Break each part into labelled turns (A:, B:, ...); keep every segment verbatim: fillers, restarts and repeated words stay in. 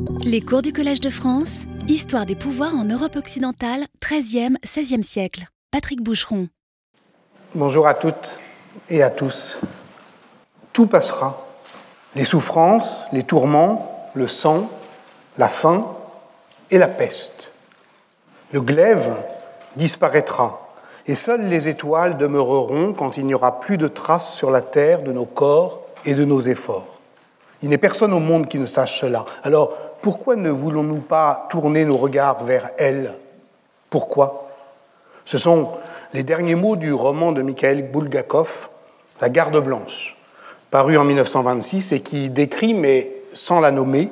A: Les cours du Collège de France, Histoire des pouvoirs en Europe occidentale, treizième seizième siècle. Patrick Boucheron.
B: Bonjour à toutes et à tous. Tout passera. Les souffrances, les tourments, le sang, la faim et la peste. Le glaive disparaîtra et seules les étoiles demeureront quand il n'y aura plus de traces sur la terre de nos corps et de nos efforts. Il n'est personne au monde qui ne sache cela. Alors, pourquoi ne voulons-nous pas tourner nos regards vers elle ? Pourquoi ? Ce sont les derniers mots du roman de Mikhaïl Bulgakov, La Garde blanche, paru en dix-neuf cent vingt-six et qui décrit, mais sans la nommer,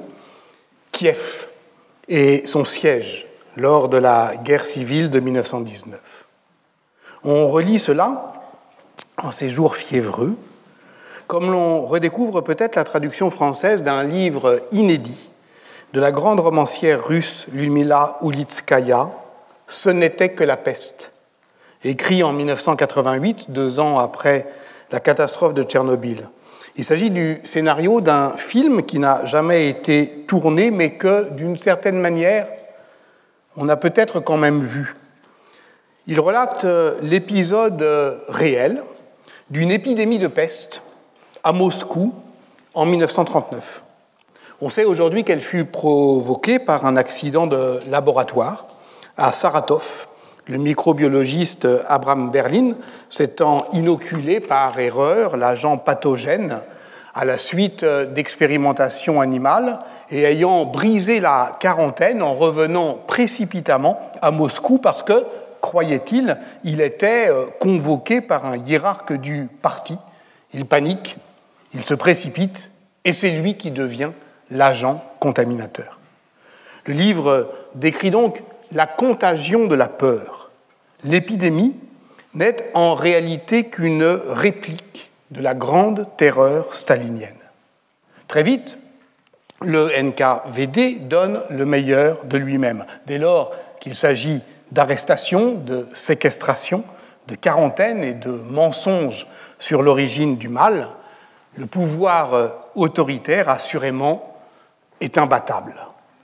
B: Kiev et son siège lors de la guerre civile de dix-neuf cent dix-neuf. On relit cela en ces jours fiévreux, comme l'on redécouvre peut-être la traduction française d'un livre inédit de la grande romancière russe Lyudmila Ulitskaya, « Ce n'était que la peste », écrit en dix-neuf cent quatre-vingt-huit, deux ans après la catastrophe de Tchernobyl. Il s'agit du scénario d'un film qui n'a jamais été tourné, mais que, d'une certaine manière, on a peut-être quand même vu. Il relate l'épisode réel d'une épidémie de peste à Moscou en dix-neuf cent trente-neuf. On sait aujourd'hui qu'elle fut provoquée par un accident de laboratoire à Saratov, le microbiologiste Abraham Berlin s'étant inoculé par erreur l'agent pathogène à la suite d'expérimentations animales et ayant brisé la quarantaine en revenant précipitamment à Moscou parce que, croyait-il, il était convoqué par un hiérarque du parti. Il panique, il se précipite et c'est lui qui devient l'agent contaminateur. Le livre décrit donc la contagion de la peur. L'épidémie n'est en réalité qu'une réplique de la grande terreur stalinienne. Très vite, le N K V D donne le meilleur de lui-même, dès lors qu'il s'agit d'arrestations, de séquestrations, de quarantaines et de mensonges sur l'origine du mal. Le pouvoir autoritaire, assurément, est imbattable.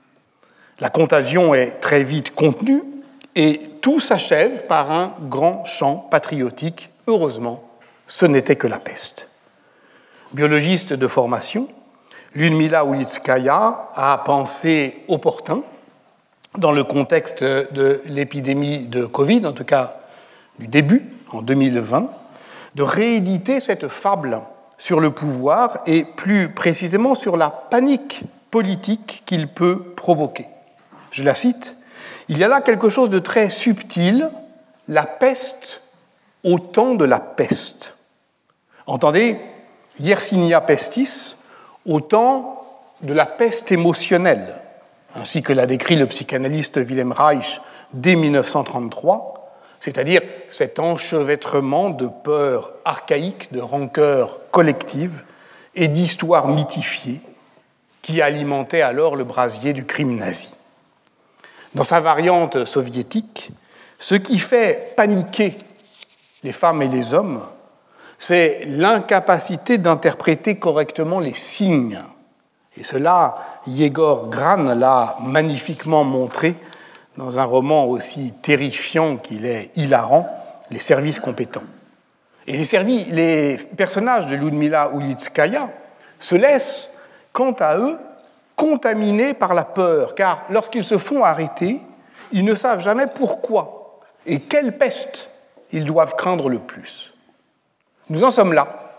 B: La contagion est très vite contenue et tout s'achève par un grand chant patriotique. Heureusement, ce n'était que la peste. Biologiste de formation, Lyudmila Ulitskaya a pensé opportun, dans le contexte de l'épidémie de Covid, en tout cas du début, en deux mille vingt, de rééditer cette fable sur le pouvoir et plus précisément sur la panique politique qu'il peut provoquer. Je la cite, « Il y a là quelque chose de très subtil, la peste au temps de la peste. » Entendez, Yersinia pestis, au temps de la peste émotionnelle, ainsi que l'a décrit le psychanalyste Wilhelm Reich dès dix-neuf cent trente-trois, c'est-à-dire cet enchevêtrement de peurs archaïques, de rancœurs collectives et d'histoires mythifiées qui alimentait alors le brasier du crime nazi. Dans sa variante soviétique, ce qui fait paniquer les femmes et les hommes, c'est l'incapacité d'interpréter correctement les signes. Et cela, Yegor Gran l'a magnifiquement montré dans un roman aussi terrifiant qu'il est hilarant, Les services compétents. Et les, servis, les personnages de Lyudmila Ulitskaya se laissent, quant à eux, contaminés par la peur, car lorsqu'ils se font arrêter, ils ne savent jamais pourquoi et quelle peste ils doivent craindre le plus. Nous en sommes là.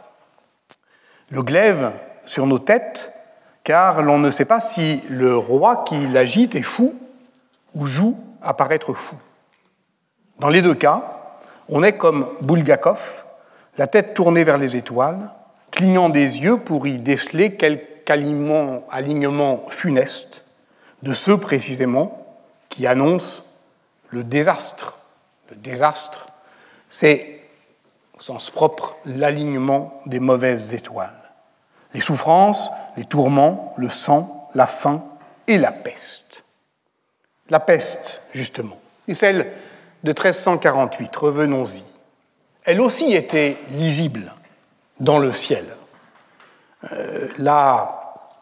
B: Le glaive sur nos têtes, car l'on ne sait pas si le roi qui l'agite est fou ou joue à paraître fou. Dans les deux cas, on est comme Bulgakov, la tête tournée vers les étoiles, clignant des yeux pour y déceler quelque alignement, alignement funeste de ceux précisément qui annoncent le désastre. Le désastre, c'est, au sens propre, l'alignement des mauvaises étoiles. Les souffrances, les tourments, le sang, la faim et la peste. La peste, justement, et celle de treize cent quarante-huit, revenons-y. Elle aussi était lisible dans le ciel. Euh, la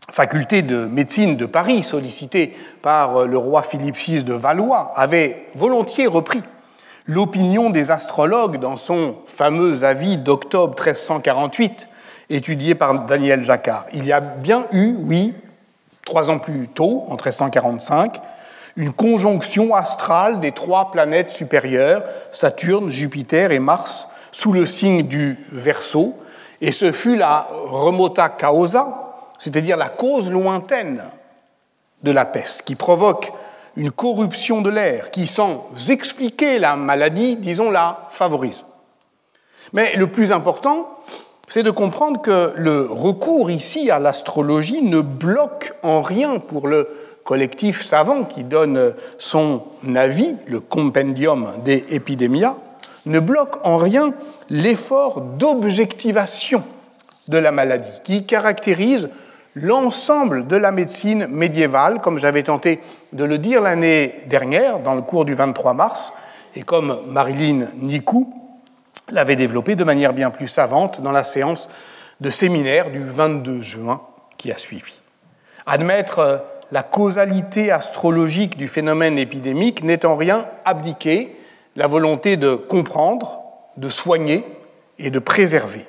B: faculté de médecine de Paris, sollicité par le roi Philippe six de Valois, avait volontiers repris l'opinion des astrologues dans son fameux avis d'octobre treize cent quarante-huit, étudié par Daniel Jacquard. Il y a bien eu, oui, trois ans plus tôt, en treize cent quarante-cinq, une conjonction astrale des trois planètes supérieures, Saturne, Jupiter et Mars, sous le signe du Verseau, et ce fut la remota causa, c'est-à-dire la cause lointaine de la peste, qui provoque une corruption de l'air, qui, sans expliquer la maladie, disons, la favorise. Mais le plus important, c'est de comprendre que le recours ici à l'astrologie ne bloque en rien pour le collectif savant qui donne son avis, le Compendium de Epidemia, ne bloque en rien l'effort d'objectivation de la maladie qui caractérise l'ensemble de la médecine médiévale, comme j'avais tenté de le dire l'année dernière dans le cours du vingt-trois mars, et comme Marilyn Nicou l'avait développé de manière bien plus savante dans la séance de séminaire du vingt-deux juin qui a suivi. Admettre la causalité astrologique du phénomène épidémique n'est en rien abdiquer la volonté de comprendre, de soigner et de préserver.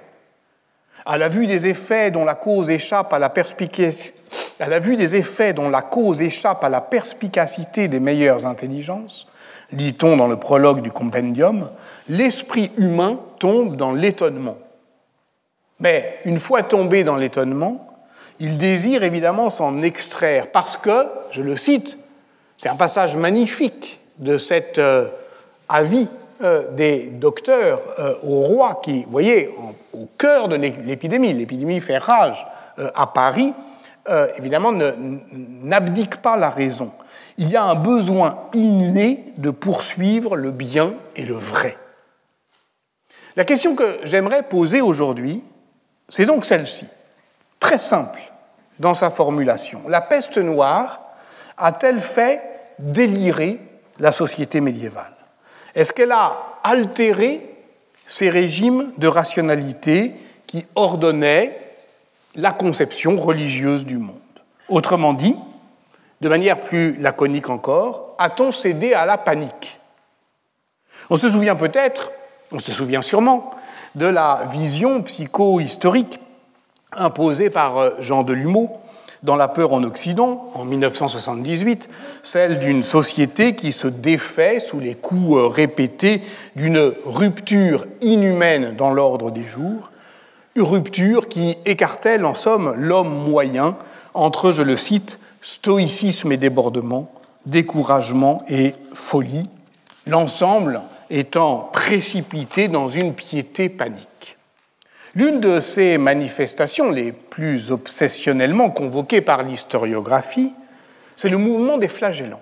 B: À la vue des effets dont la cause échappe à la perspicacité, à la vue des effets dont la cause échappe à la perspicacité des meilleures intelligences, lit-on dans le prologue du compendium, l'esprit humain tombe dans l'étonnement. Mais une fois tombé dans l'étonnement, il désire évidemment s'en extraire parce que, je le cite, c'est un passage magnifique de cet euh, avis euh, des docteurs euh, au roi qui, vous voyez, en, au cœur de l'épidémie, l'épidémie fait rage euh, à Paris, euh, évidemment ne, n'abdique pas la raison. Il y a un besoin inné de poursuivre le bien et le vrai. La question que j'aimerais poser aujourd'hui, c'est donc celle-ci, très simple dans sa formulation. La peste noire a-t-elle fait délirer la société médiévale? Est-ce qu'elle a altéré ces régimes de rationalité qui ordonnaient la conception religieuse du monde? Autrement dit, de manière plus laconique encore, a-t-on cédé à la panique? On se souvient peut-être, on se souvient sûrement, de la vision psycho-historique imposée par Jean Delumeau dans La peur en Occident, en mille neuf cent soixante-dix-huit, celle d'une société qui se défait sous les coups répétés d'une rupture inhumaine dans l'ordre des jours, une rupture qui écartèle en somme l'homme moyen entre, je le cite, stoïcisme et débordement, découragement et folie, l'ensemble étant précipité dans une piété panique. L'une de ces manifestations les plus obsessionnellement convoquées par l'historiographie, c'est le mouvement des flagellants.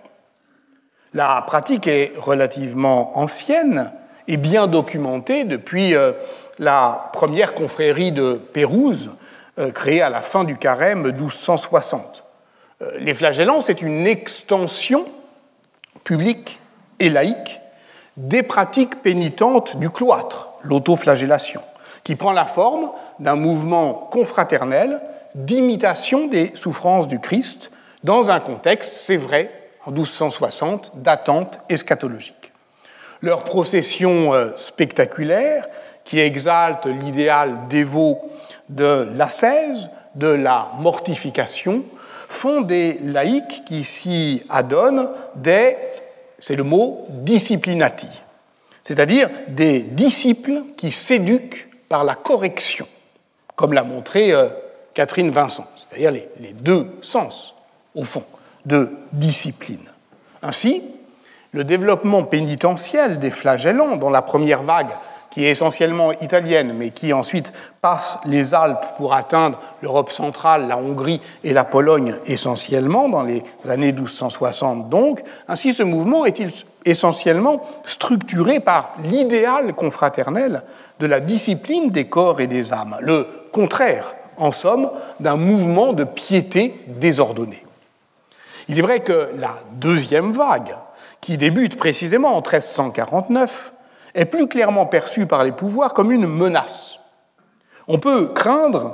B: La pratique est relativement ancienne et bien documentée depuis euh, la première confrérie de Pérouse, euh, créée à la fin du carême douze cent soixante. Euh, les flagellants, c'est une extension publique et laïque des pratiques pénitentes du cloître, l'autoflagellation, qui prend la forme d'un mouvement confraternel d'imitation des souffrances du Christ dans un contexte, c'est vrai, en douze cent soixante, d'attente eschatologique. Leur procession spectaculaire, qui exalte l'idéal dévot de l'ascèse, de la mortification, font des laïcs qui s'y adonnent des, c'est le mot, disciplinati, c'est-à-dire des disciples qui s'éduquent par la correction, comme l'a montré euh, Catherine Vincent, c'est-à-dire les, les deux sens, au fond, de discipline. Ainsi, le développement pénitentiel des flagellants, dont la première vague, qui est essentiellement italienne, mais qui ensuite passe les Alpes pour atteindre l'Europe centrale, la Hongrie et la Pologne essentiellement, dans les années douze cent soixante donc, ainsi ce mouvement est-il essentiellement structuré par l'idéal confraternel de la discipline des corps et des âmes, le contraire, en somme, d'un mouvement de piété désordonnée. Il est vrai que la deuxième vague, qui débute précisément en treize cent quarante-neuf, est plus clairement perçue par les pouvoirs comme une menace. On peut craindre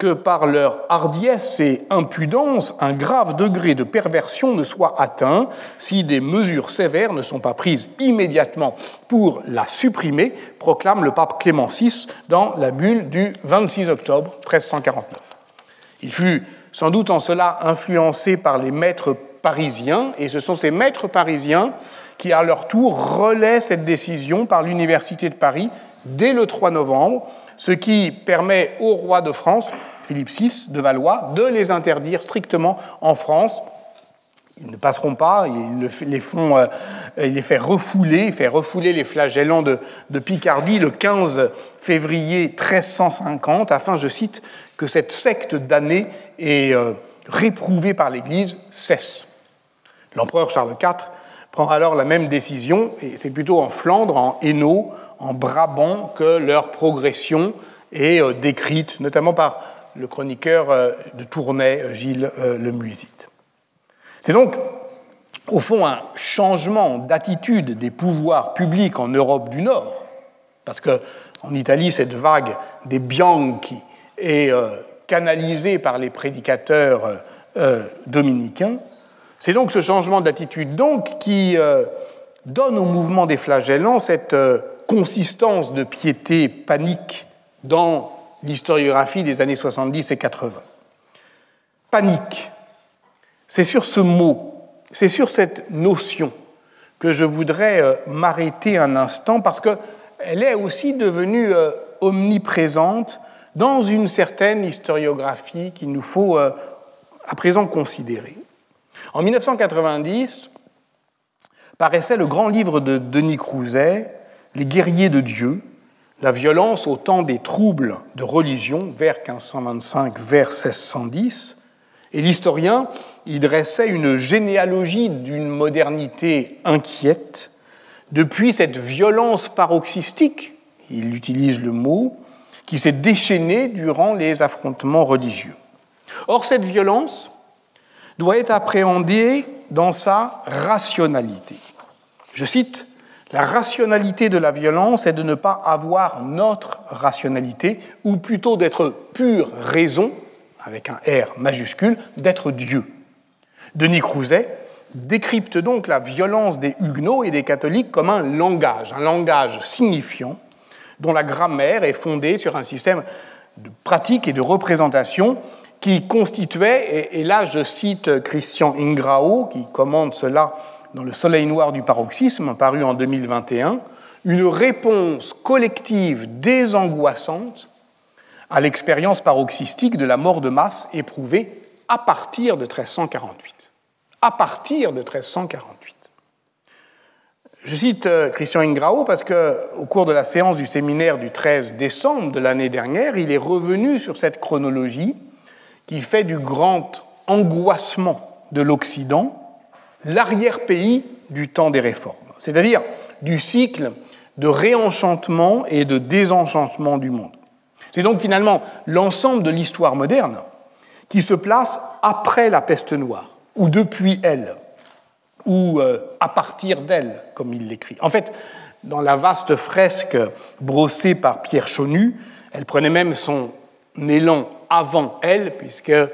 B: que par leur hardiesse et impudence, un grave degré de perversion ne soit atteint si des mesures sévères ne sont pas prises immédiatement pour la supprimer, proclame le pape Clément six dans la bulle du vingt-six octobre mille trois cent quarante-neuf. Il fut sans doute en cela influencé par les maîtres parisiens, et ce sont ces maîtres parisiens qui, à leur tour, relaient cette décision par l'Université de Paris dès le trois novembre, ce qui permet au roi de France, Philippe six de Valois, de les interdire strictement en France. Ils ne passeront pas, il les, font, euh, il les fait refouler, il fait refouler les flagellants de, de Picardie le quinze février mille trois cent cinquante, afin, je cite, que cette secte damnée et euh, réprouvée par l'Église cesse. L'empereur Charles quatre prend alors la même décision, et c'est plutôt en Flandre, en Hainaut, en Brabant, que leur progression est euh, décrite, notamment par le chroniqueur euh, de Tournai, Gilles euh, Lemuysite. C'est donc, au fond, un changement d'attitude des pouvoirs publics en Europe du Nord, parce qu'en Italie, cette vague des Bianchi est euh, canalisée par les prédicateurs euh, euh, dominicains. C'est donc ce changement d'attitude donc, qui euh, donne au mouvement des flagellants cette euh, consistance de piété panique dans l'historiographie des années soixante-dix et quatre-vingts. Panique, c'est sur ce mot, c'est sur cette notion que je voudrais euh, m'arrêter un instant, parce qu'elle est aussi devenue euh, omniprésente dans une certaine historiographie qu'il nous faut euh, à présent considérer. En mille neuf cent quatre-vingt-dix, paraissait le grand livre de Denis Crouzet, « Les guerriers de Dieu », la violence au temps des troubles de religion, vers quinze cent vingt-cinq, vers seize cent dix, et l'historien y dressait une généalogie d'une modernité inquiète, depuis cette violence paroxystique, il utilise le mot, qui s'est déchaînée durant les affrontements religieux. Or, cette violence doit être appréhendée dans sa rationalité. Je cite, « La rationalité de la violence est de ne pas avoir notre rationalité, ou plutôt d'être pure raison, avec un R majuscule, d'être Dieu. » Denis Crouzet décrypte donc la violence des Huguenots et des catholiques comme un langage, un langage signifiant, dont la grammaire est fondée sur un système de pratique et de représentation qui constituait, et là je cite Christian Ingrao, qui commande cela dans Le Soleil noir du paroxysme, paru en deux mille vingt et un, une réponse collective désangoissante à l'expérience paroxystique de la mort de masse éprouvée à partir de treize cent quarante-huit. À partir de treize cent quarante-huit. Je cite Christian Ingrao parce qu'au cours de la séance du séminaire du treize décembre de l'année dernière, il est revenu sur cette chronologie qui fait du grand angoissement de l'Occident l'arrière-pays du temps des réformes, c'est-à-dire du cycle de réenchantement et de désenchantement du monde. C'est donc finalement l'ensemble de l'histoire moderne qui se place après la peste noire, ou depuis elle, ou euh, à partir d'elle, comme il l'écrit. En fait, dans la vaste fresque brossée par Pierre Chonu, elle prenait même son élan avant elle, puisqu'elle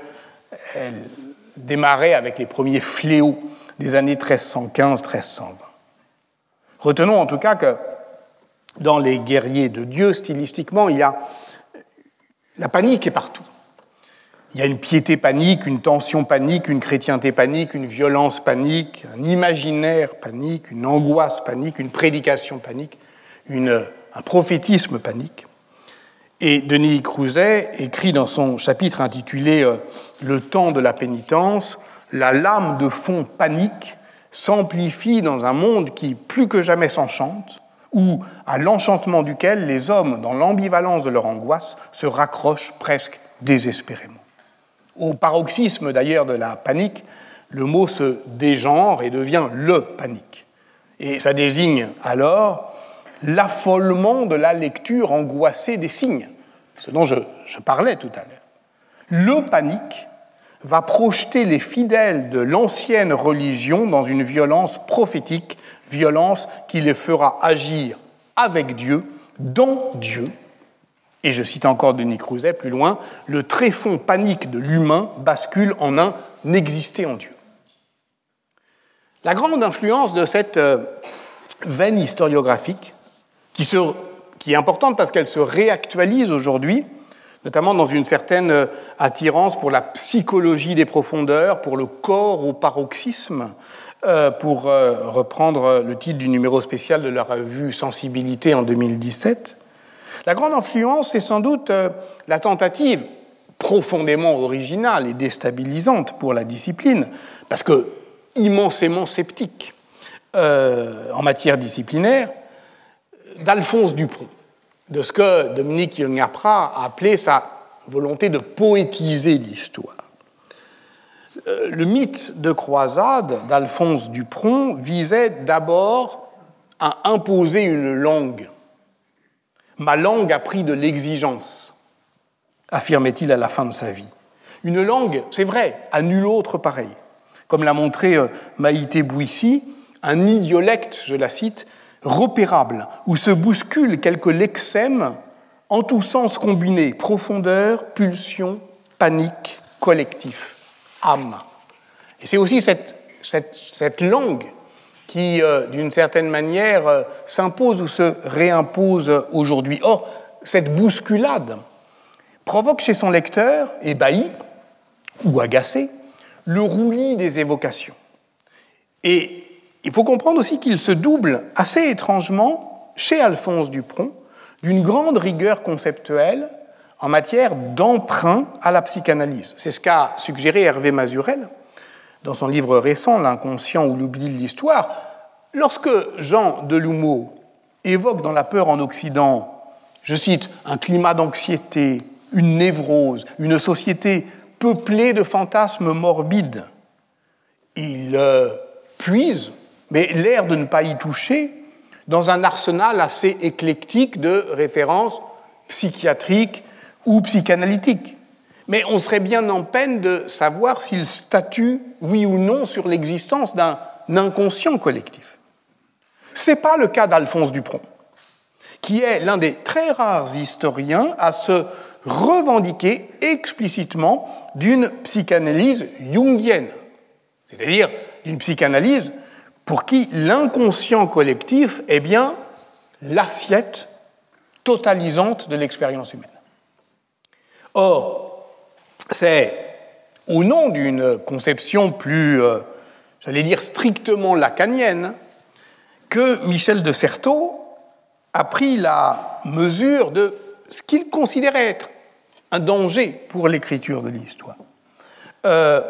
B: démarrait avec les premiers fléaux des années treize cent quinze à treize cent vingt. Retenons en tout cas que dans les guerriers de Dieu, stylistiquement, il y a la panique est partout. Il y a une piété panique, une tension panique, une chrétienté panique, une violence panique, un imaginaire panique, une angoisse panique, une prédication panique, une, un prophétisme panique. Et Denis Crouzet écrit dans son chapitre intitulé « Le temps de la pénitence », la lame de fond panique s'amplifie dans un monde qui, plus que jamais, s'enchante, ou à l'enchantement duquel les hommes, dans l'ambivalence de leur angoisse, se raccrochent presque désespérément. Au paroxysme d'ailleurs de la panique, le mot se dégenre et devient le panique. Et ça désigne alors l'affolement de la lecture angoissée des signes, ce dont je, je parlais tout à l'heure. Le panique va projeter les fidèles de l'ancienne religion dans une violence prophétique, violence qui les fera agir avec Dieu, dans Dieu, Et je cite encore Denis Crouzet plus loin, « Le tréfonds panique de l'humain bascule en un n'exister en Dieu ». La grande influence de cette euh, veine historiographique, qui, se, qui est importante parce qu'elle se réactualise aujourd'hui, notamment dans une certaine attirance pour la psychologie des profondeurs, pour le corps au paroxysme, euh, pour euh, reprendre le titre du numéro spécial de la revue Sensibilité en deux mille dix-sept. La grande influence, c'est sans doute euh, la tentative profondément originale et déstabilisante pour la discipline, parce que immensément sceptique euh, en matière disciplinaire, d'Alphonse Dupron, de ce que Dominique Young-Apra a appelé sa volonté de poétiser l'histoire. Euh, le mythe de croisade d'Alphonse Dupron visait d'abord à imposer une langue. Ma langue a pris de l'exigence, affirmait-il à la fin de sa vie. Une langue, c'est vrai, à nul autre pareil. Comme l'a montré Maïté Bouissi, un idiolecte, je la cite, repérable, où se bousculent quelques lexèmes en tous sens combinés, profondeur, pulsion, panique, collectif, âme. Et c'est aussi cette, cette, cette langue qui, euh, d'une certaine manière, euh, s'impose ou se réimpose aujourd'hui. Or, cette bousculade provoque chez son lecteur, ébahi ou agacé, le roulis des évocations. Et il faut comprendre aussi qu'il se double assez étrangement, chez Alphonse Dupron, d'une grande rigueur conceptuelle en matière d'emprunt à la psychanalyse. C'est ce qu'a suggéré Hervé Mazurel dans son livre récent, L'inconscient ou l'oubli de l'histoire. Lorsque Jean Delumeau évoque dans La peur en Occident, je cite, un climat d'anxiété, une névrose, une société peuplée de fantasmes morbides, il euh, puise, mais l'air de ne pas y toucher, dans un arsenal assez éclectique de références psychiatriques ou psychanalytiques. Mais on serait bien en peine de savoir s'il statue, oui ou non, sur l'existence d'un inconscient collectif. Ce n'est pas le cas d'Alphonse Dupron, qui est l'un des très rares historiens à se revendiquer explicitement d'une psychanalyse jungienne, c'est-à-dire d'une psychanalyse pour qui l'inconscient collectif est bien l'assiette totalisante de l'expérience humaine. Or, c'est au nom d'une conception plus, euh, j'allais dire, strictement lacanienne, que Michel de Certeau a pris la mesure de ce qu'il considérait être un danger pour l'écriture de l'histoire. Euh,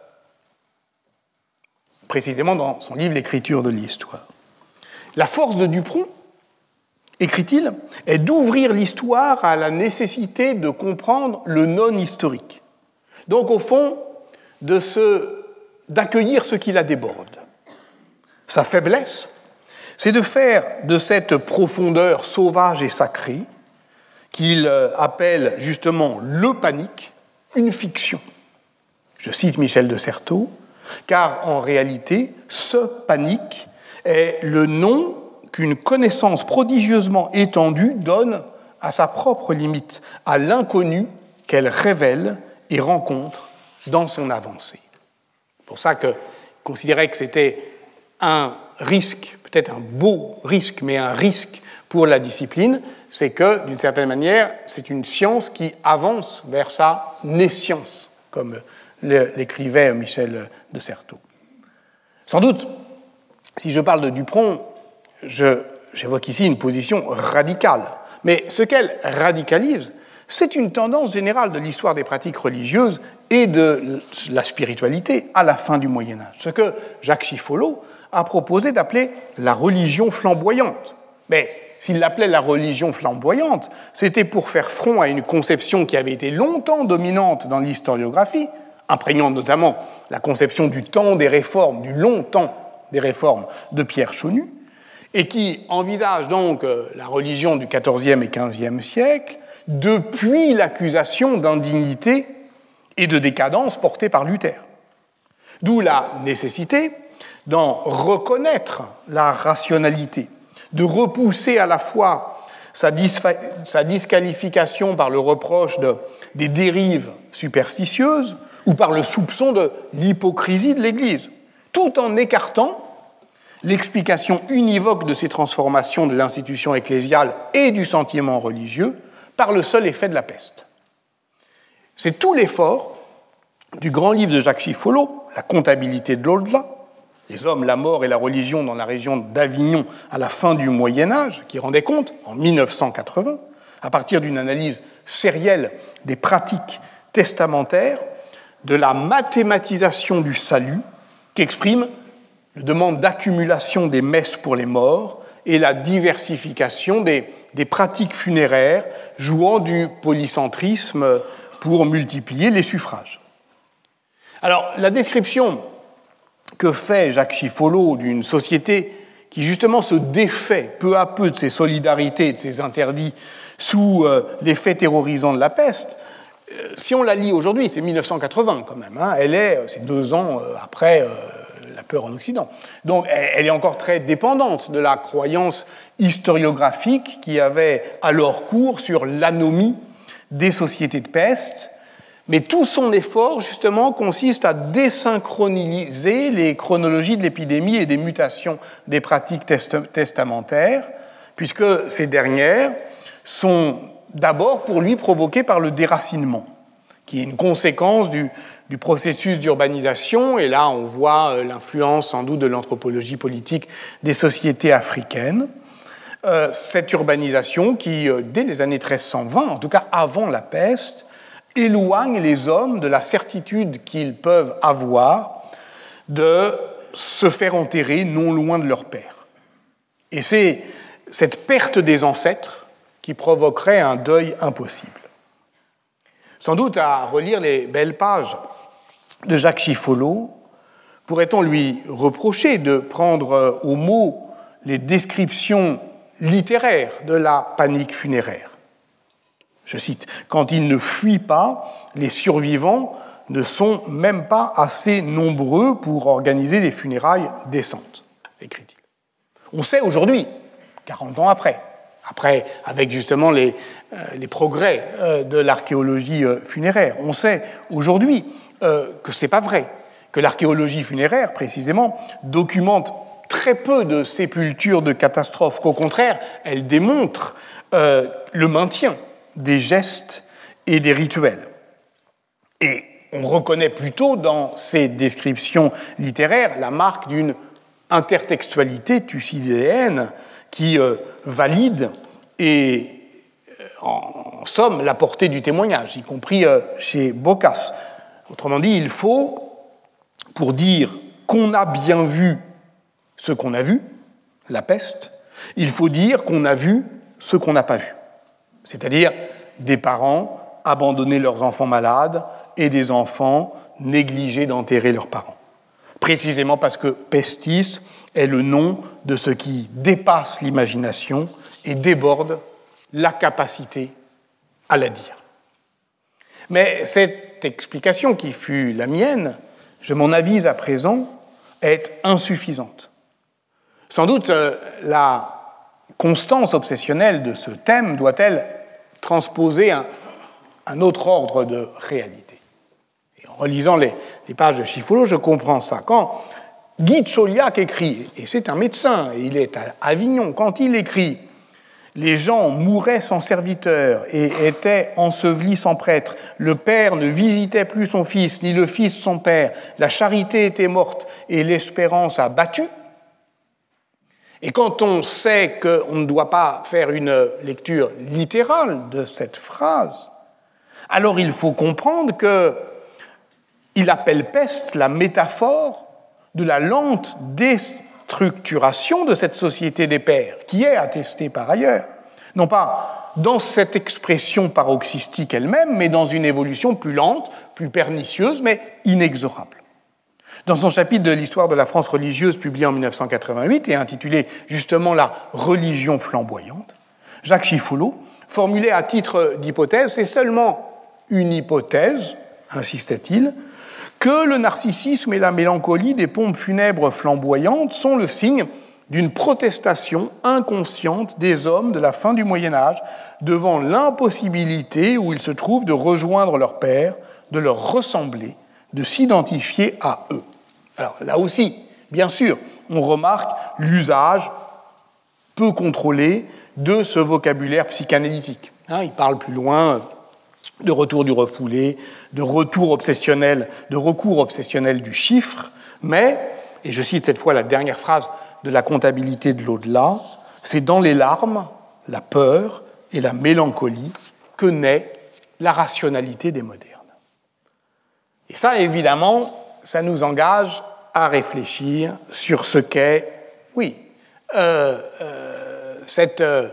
B: précisément dans son livre « L'écriture de l'histoire ». La force de Dupron, écrit-il, est d'ouvrir l'histoire à la nécessité de comprendre le non-historique. Donc, au fond, de se, d'accueillir ce qui la déborde. Sa faiblesse, c'est de faire de cette profondeur sauvage et sacrée, qu'il appelle justement le panique, une fiction. Je cite Michel de Certeau, car en réalité, ce panique est le nom qu'une connaissance prodigieusement étendue donne à sa propre limite, à l'inconnu qu'elle révèle et rencontre dans son avancée. C'est pour ça qu'il considérait que c'était un risque, peut-être un beau risque, mais un risque pour la discipline, c'est que, d'une certaine manière, c'est une science qui avance vers sa nescience, comme l'écrivait Michel de Certeau. Sans doute, si je parle de Dupron, je, j'évoque ici une position radicale. Mais ce qu'elle radicalise, c'est une tendance générale de l'histoire des pratiques religieuses et de la spiritualité à la fin du Moyen-Âge. Ce que Jacques Chifolot a proposé d'appeler la religion flamboyante. Mais s'il l'appelait la religion flamboyante, c'était pour faire front à une conception qui avait été longtemps dominante dans l'historiographie, imprégnant notamment la conception du temps des réformes, du long temps des réformes de Pierre Chaunu, et qui envisage donc la religion du quatorzième et quinzième siècle depuis l'accusation d'indignité et de décadence portée par Luther. D'où la nécessité d'en reconnaître la rationalité, de repousser à la fois sa, disfa- sa disqualification par le reproche de, des dérives superstitieuses ou par le soupçon de l'hypocrisie de l'Église, tout en écartant l'explication univoque de ces transformations de l'institution ecclésiale et du sentiment religieux par le seul effet de la peste. C'est tout l'effort du grand livre de Jacques Chiffolo, La comptabilité de l'au-delà, les hommes, la mort et la religion dans la région d'Avignon à la fin du Moyen-Âge, qui rendait compte, en mille neuf cent quatre-vingts, à partir d'une analyse sérielle des pratiques testamentaires, de la mathématisation du salut qu'exprime la demande d'accumulation des messes pour les morts et la diversification des, des pratiques funéraires jouant du polycentrisme pour multiplier les suffrages. Alors, la description que fait Jacques Chiffolo d'une société qui justement se défait peu à peu de ses solidarités, de ses interdits sous euh, l'effet terrorisant de la peste, euh, si on la lit aujourd'hui, c'est mille neuf cent quatre-vingts quand même, hein, elle est, c'est deux ans euh, après euh, la peur en Occident. Donc elle, elle est encore très dépendante de la croyance historiographique qui avait alors cours sur l'anomie des sociétés de peste. Mais tout son effort, justement, consiste à désynchroniser les chronologies de l'épidémie et des mutations des pratiques test- testamentaires, puisque ces dernières sont d'abord, pour lui, provoquées par le déracinement, qui est une conséquence du, du processus d'urbanisation, et là on voit l'influence sans doute de l'anthropologie politique des sociétés africaines. Euh, cette urbanisation qui, dès les années treize cent vingt, en tout cas avant la peste, éloigne les hommes de la certitude qu'ils peuvent avoir de se faire enterrer non loin de leur père. Et c'est cette perte des ancêtres qui provoquerait un deuil impossible. Sans doute, à relire les belles pages de Jacques Chiffolo, pourrait-on lui reprocher de prendre au mot les descriptions littéraires de la panique funéraire. Je cite, « Quand il ne fuit pas, les survivants ne sont même pas assez nombreux pour organiser des funérailles décentes, » écrit-il. On sait aujourd'hui, quarante ans après, après avec justement les, euh, les progrès euh, de l'archéologie euh, funéraire, on sait aujourd'hui euh, que ce n'est pas vrai, que l'archéologie funéraire, précisément, documente très peu de sépultures de catastrophes, qu'au contraire, elle démontre euh, le maintien des gestes et des rituels. Et on reconnaît plutôt dans ces descriptions littéraires la marque d'une intertextualité thucydéenne qui euh, valide et, euh, en somme, la portée du témoignage, y compris euh, chez Boccace. Autrement dit, il faut, pour dire qu'on a bien vu ce qu'on a vu, la peste, il faut dire qu'on a vu ce qu'on n'a pas vu. C'est-à-dire des parents abandonner leurs enfants malades et des enfants négligés d'enterrer leurs parents. Précisément parce que pestis est le nom de ce qui dépasse l'imagination et déborde la capacité à la dire. Mais cette explication qui fut la mienne, je m'en avise à présent, est insuffisante. Sans doute, la constance obsessionnelle de ce thème doit-elle transposer un, un autre ordre de réalité. Et en relisant les, les pages de Chiffolo, je comprends ça. Quand Guy de Chauliac écrit, et c'est un médecin, et il est à Avignon, quand il écrit « Les gens mouraient sans serviteur et étaient ensevelis sans prêtre. Le père ne visitait plus son fils, ni le fils son père. La charité était morte et l'espérance a battu. » Et quand on sait qu'on ne doit pas faire une lecture littérale de cette phrase, alors il faut comprendre qu'il appelle peste la métaphore de la lente déstructuration de cette société des pères, qui est attestée par ailleurs, non pas dans cette expression paroxystique elle-même, mais dans une évolution plus lente, plus pernicieuse, mais inexorable. Dans son chapitre de l'histoire de la France religieuse publié en mille neuf cent quatre-vingt-huit et intitulé justement « La religion flamboyante », Jacques Chiffolo formulait à titre d'hypothèse, c'est seulement une hypothèse, insistait-il, que le narcissisme et la mélancolie des pompes funèbres flamboyantes sont le signe d'une protestation inconsciente des hommes de la fin du Moyen-Âge devant l'impossibilité où ils se trouvent de rejoindre leur père, de leur ressembler, de s'identifier à eux. Alors là aussi, bien sûr, on remarque l'usage peu contrôlé de ce vocabulaire psychanalytique. Hein, il parle plus loin de retour du refoulé, de retour obsessionnel, de recours obsessionnel du chiffre, mais, et je cite cette fois la dernière phrase de la comptabilité de l'au-delà, c'est dans les larmes, la peur et la mélancolie que naît la rationalité des modernes. Et ça, évidemment, ça nous engage à réfléchir sur ce qu'est, oui, euh, euh, cette, euh,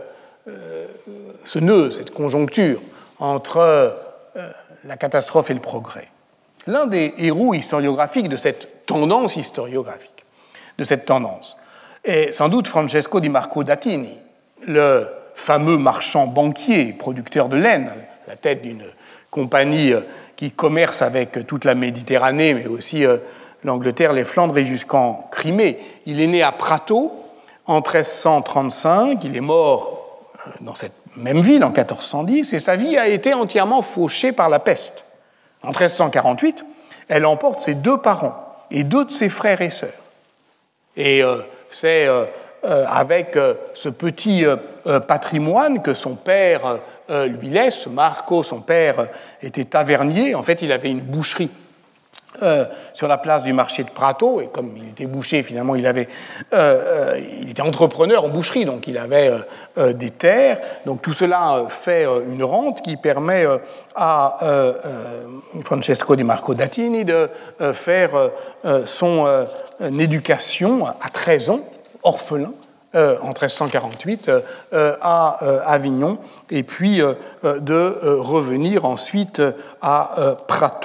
B: ce nœud, cette conjoncture entre euh, la catastrophe et le progrès. L'un des héros historiographiques de cette tendance historiographique, de cette tendance, est sans doute Francesco di Marco d'Attini, le fameux marchand banquier, producteur de laine, à la tête d'une compagnie qui commerce avec toute la Méditerranée, mais aussi l'Angleterre, les Flandres et jusqu'en Crimée. Il est né à Prato en treize cent trente-cinq, il est mort dans cette même ville en quatorze cent dix, et sa vie a été entièrement fauchée par la peste. En treize cent quarante-huit, elle emporte ses deux parents et deux de ses frères et sœurs. Et euh, c'est euh, euh, avec euh, ce petit euh, patrimoine que son père euh, lui laisse. Marco, son père, était tavernier. En fait, il avait une boucherie Euh, sur la place du marché de Prato, et comme il était boucher, finalement, il, avait, euh, euh, il était entrepreneur en boucherie, donc il avait euh, euh, des terres. Donc tout cela euh, fait euh, une rente qui permet euh, à euh, euh, Francesco di Marco d'Attini de euh, faire euh, son euh, éducation à treize ans, orphelin, Euh, en treize cent quarante-huit euh, à euh, Avignon, et puis euh, de euh, revenir ensuite à euh, Prato.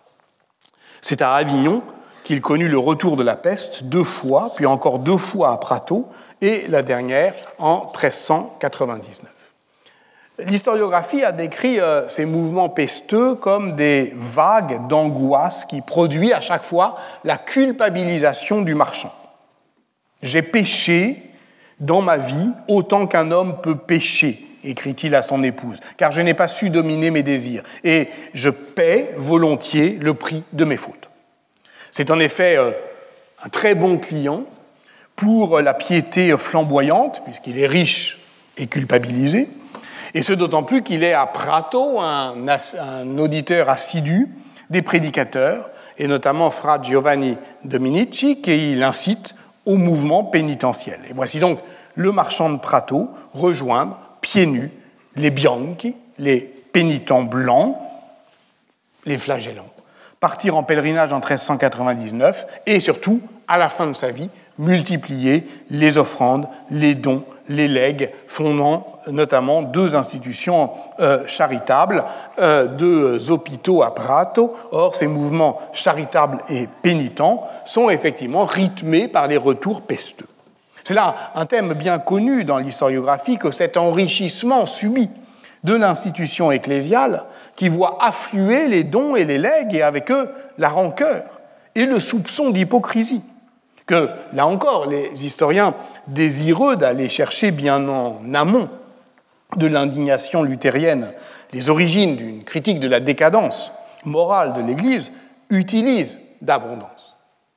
B: C'est à Avignon qu'il connut le retour de la peste deux fois, puis encore deux fois à Prato, et la dernière en treize cent quatre-vingt-dix-neuf. L'historiographie a décrit euh, ces mouvements pesteux comme des vagues d'angoisse qui produisent à chaque fois la culpabilisation du marchand. J'ai péché dans ma vie autant qu'un homme peut pécher, écrit-il à son épouse, car je n'ai pas su dominer mes désirs, et je paie volontiers le prix de mes fautes. C'est en effet euh, un très bon client pour la piété flamboyante, puisqu'il est riche et culpabilisé, et ce d'autant plus qu'il est à Prato un, un auditeur assidu des prédicateurs, et notamment Fra Giovanni Dominici, qui l'incite au mouvement pénitentiel. Et voici donc le marchand de Prato rejoindre pieds nus les bianchi, les pénitents blancs, les flagellants. Partir en pèlerinage en treize cent quatre-vingt-dix-neuf et surtout, à la fin de sa vie, multiplier les offrandes, les dons, les legs, fondant notamment deux institutions euh, charitables, euh, deux hôpitaux à Prato. Or, ces mouvements charitables et pénitents sont effectivement rythmés par les retours pesteux. C'est là un thème bien connu dans l'historiographie que cet enrichissement subit de l'institution ecclésiale qui voit affluer les dons et les legs et avec eux la rancœur et le soupçon d'hypocrisie que, là encore, les historiens désireux d'aller chercher bien en amont de l'indignation luthérienne les origines d'une critique de la décadence morale de l'Église utilisent d'abondance.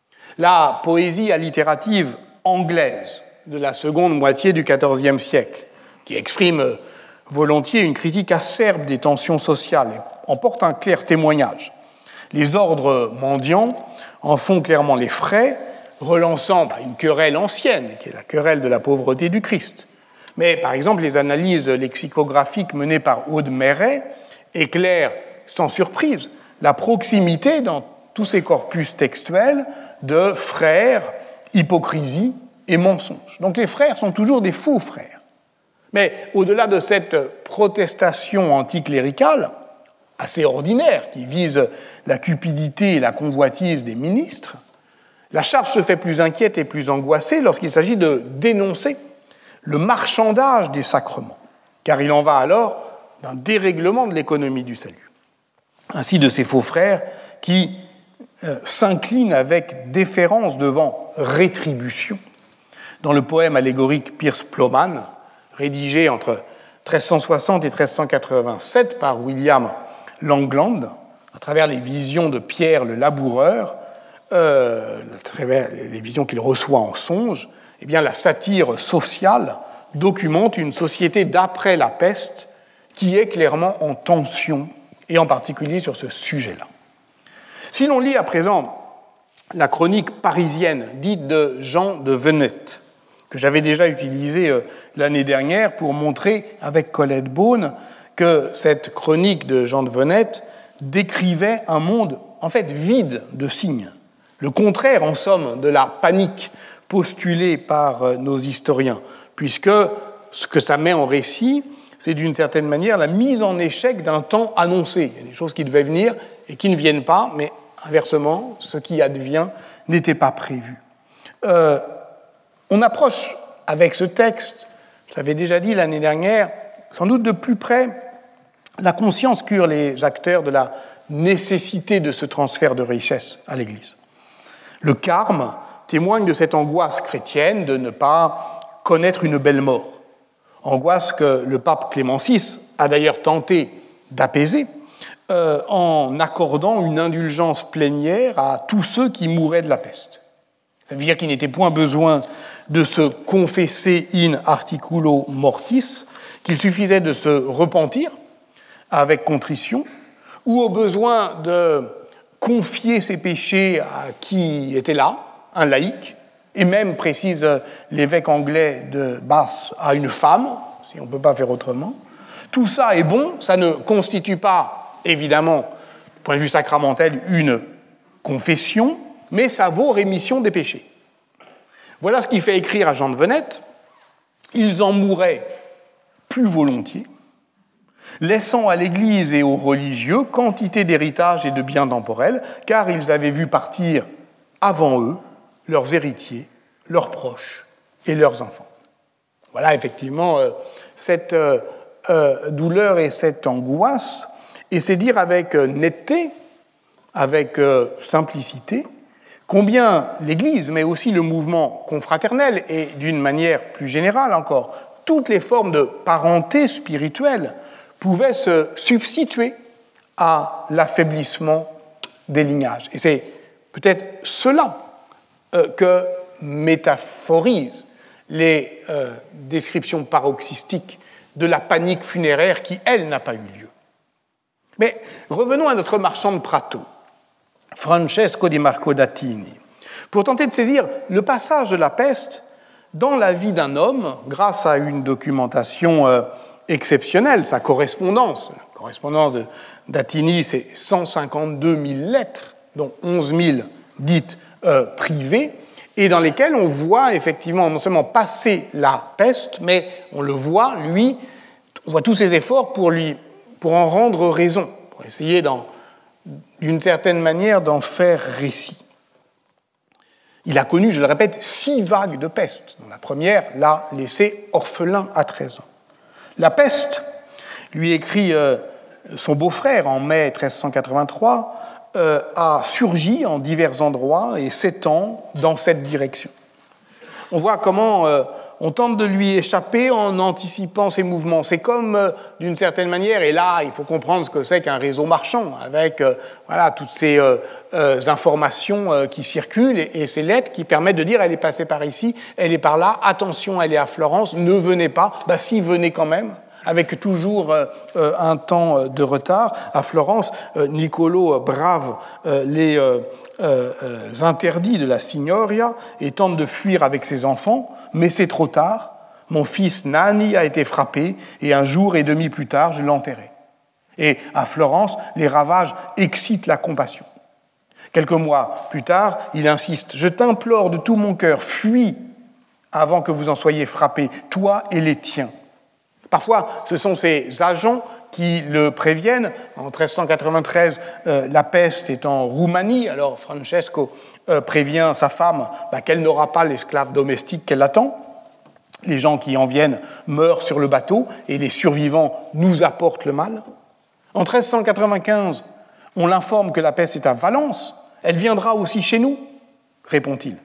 B: La poésie allitérative anglaise de la seconde moitié du quatorzième siècle, qui exprime volontiers une critique acerbe des tensions sociales, en porte un clair témoignage. Les ordres mendiants en font clairement les frais, relançant une querelle ancienne, qui est la querelle de la pauvreté du Christ. Mais, par exemple, les analyses lexicographiques menées par Aude Méret éclairent sans surprise la proximité dans tous ces corpus textuels de frères, hypocrisie et mensonge. Donc les frères sont toujours des faux frères. Mais au-delà de cette protestation anticléricale, assez ordinaire, qui vise la cupidité et la convoitise des ministres, la charge se fait plus inquiète et plus angoissée lorsqu'il s'agit de dénoncer le marchandage des sacrements, car il en va alors d'un dérèglement de l'économie du salut. Ainsi de ces faux frères qui euh, s'inclinent avec déférence devant rétribution, dans le poème allégorique Piers Plowman, rédigé entre treize cent soixante et treize cent quatre-vingt-sept par William Langland, à travers les visions de Pierre le laboureur, euh, à travers les visions qu'il reçoit en songe, eh bien, la satire sociale documente une société d'après la peste qui est clairement en tension, et en particulier sur ce sujet-là. Si l'on lit à présent la chronique parisienne dite de Jean de Venette, que j'avais déjà utilisée l'année dernière pour montrer avec Colette Beaune que cette chronique de Jean de Venette décrivait un monde en fait vide de signes, le contraire en somme de la panique postulée par nos historiens, puisque ce que ça met en récit, c'est d'une certaine manière la mise en échec d'un temps annoncé. Il y a des choses qui devaient venir et qui ne viennent pas, mais inversement, ce qui advient n'était pas prévu. Euh, on approche avec ce texte, je l'avais déjà dit l'année dernière, sans doute de plus près la conscience qu'eurent les acteurs de la nécessité de ce transfert de richesse à l'Église. Le carme témoigne de cette angoisse chrétienne de ne pas connaître une belle mort. Angoisse que le pape Clément six a d'ailleurs tenté d'apaiser euh, en accordant une indulgence plénière à tous ceux qui mouraient de la peste. Ça veut dire qu'il n'était point besoin de se confesser in articulo mortis, qu'il suffisait de se repentir avec contrition, ou au besoin de confier ses péchés à qui était là, un laïc, et même, précise l'évêque anglais de Bath, à une femme, si on ne peut pas faire autrement. Tout ça est bon, ça ne constitue pas, évidemment, du point de vue sacramentel, une confession, mais ça vaut rémission des péchés. Voilà ce qui fait écrire à Jean de Venette « Ils en mouraient plus volontiers, laissant à l'Église et aux religieux quantité d'héritage et de biens temporels, car ils avaient vu partir avant eux leurs héritiers, leurs proches et leurs enfants. » Voilà effectivement euh, cette euh, euh, douleur et cette angoisse, et c'est dire avec euh, netteté, avec euh, simplicité, combien l'Église, mais aussi le mouvement confraternel, et d'une manière plus générale encore, toutes les formes de parenté spirituelle pouvaient se substituer à l'affaiblissement des lignages. Et c'est peut-être cela euh, que métaphorisent les euh, descriptions paroxystiques de la panique funéraire qui, elle, n'a pas eu lieu. Mais revenons à notre marchand de Prato, Francesco di Marco d'Attini, pour tenter de saisir le passage de la peste dans la vie d'un homme grâce à une documentation euh, exceptionnelle, sa correspondance. La correspondance de, d'Attini, c'est cent cinquante-deux mille lettres, dont onze mille dites euh, privées, et dans lesquelles on voit effectivement non seulement passer la peste, mais on le voit, lui, on voit tous ses efforts pour, lui, pour en rendre raison, pour essayer d'en, d'une certaine manière d'en faire récit. Il a connu, je le répète, six vagues de peste. La première l'a laissé orphelin à treize ans. La peste, lui écrit euh, son beau-frère en mai treize cent quatre-vingt-trois, euh, a surgi en divers endroits et s'étend dans cette direction. On voit comment euh, on tente de lui échapper en anticipant ses mouvements. C'est comme, euh, d'une certaine manière, et là, il faut comprendre ce que c'est qu'un réseau marchand, avec euh, voilà, toutes ces euh, euh, informations euh, qui circulent et, et ces lettres qui permettent de dire « elle est passée par ici, elle est par là, attention, elle est à Florence, ne venez pas ». Bah si, venez quand même, avec toujours euh, un temps de retard. À Florence, euh, Niccolo brave euh, les euh, euh, interdits de la Signoria et tente de fuir avec ses enfants, mais c'est trop tard. Mon fils Nanni a été frappé et un jour et demi plus tard, je l'enterrai. Et à Florence, les ravages excitent la compassion. Quelques mois plus tard, il insiste « Je t'implore de tout mon cœur, fuis avant que vous en soyez frappés, toi et les tiens. » Parfois, ce sont ces agents qui le préviennent. En treize cent quatre-vingt-treize, euh, la peste est en Roumanie. Alors Francesco euh, prévient sa femme bah, qu'elle n'aura pas l'esclave domestique qu'elle attend. Les gens qui en viennent meurent sur le bateau et les survivants nous apportent le mal. En treize cent quatre-vingt-quinze, on l'informe que la peste est à Valence. Elle viendra aussi chez nous, répond-il.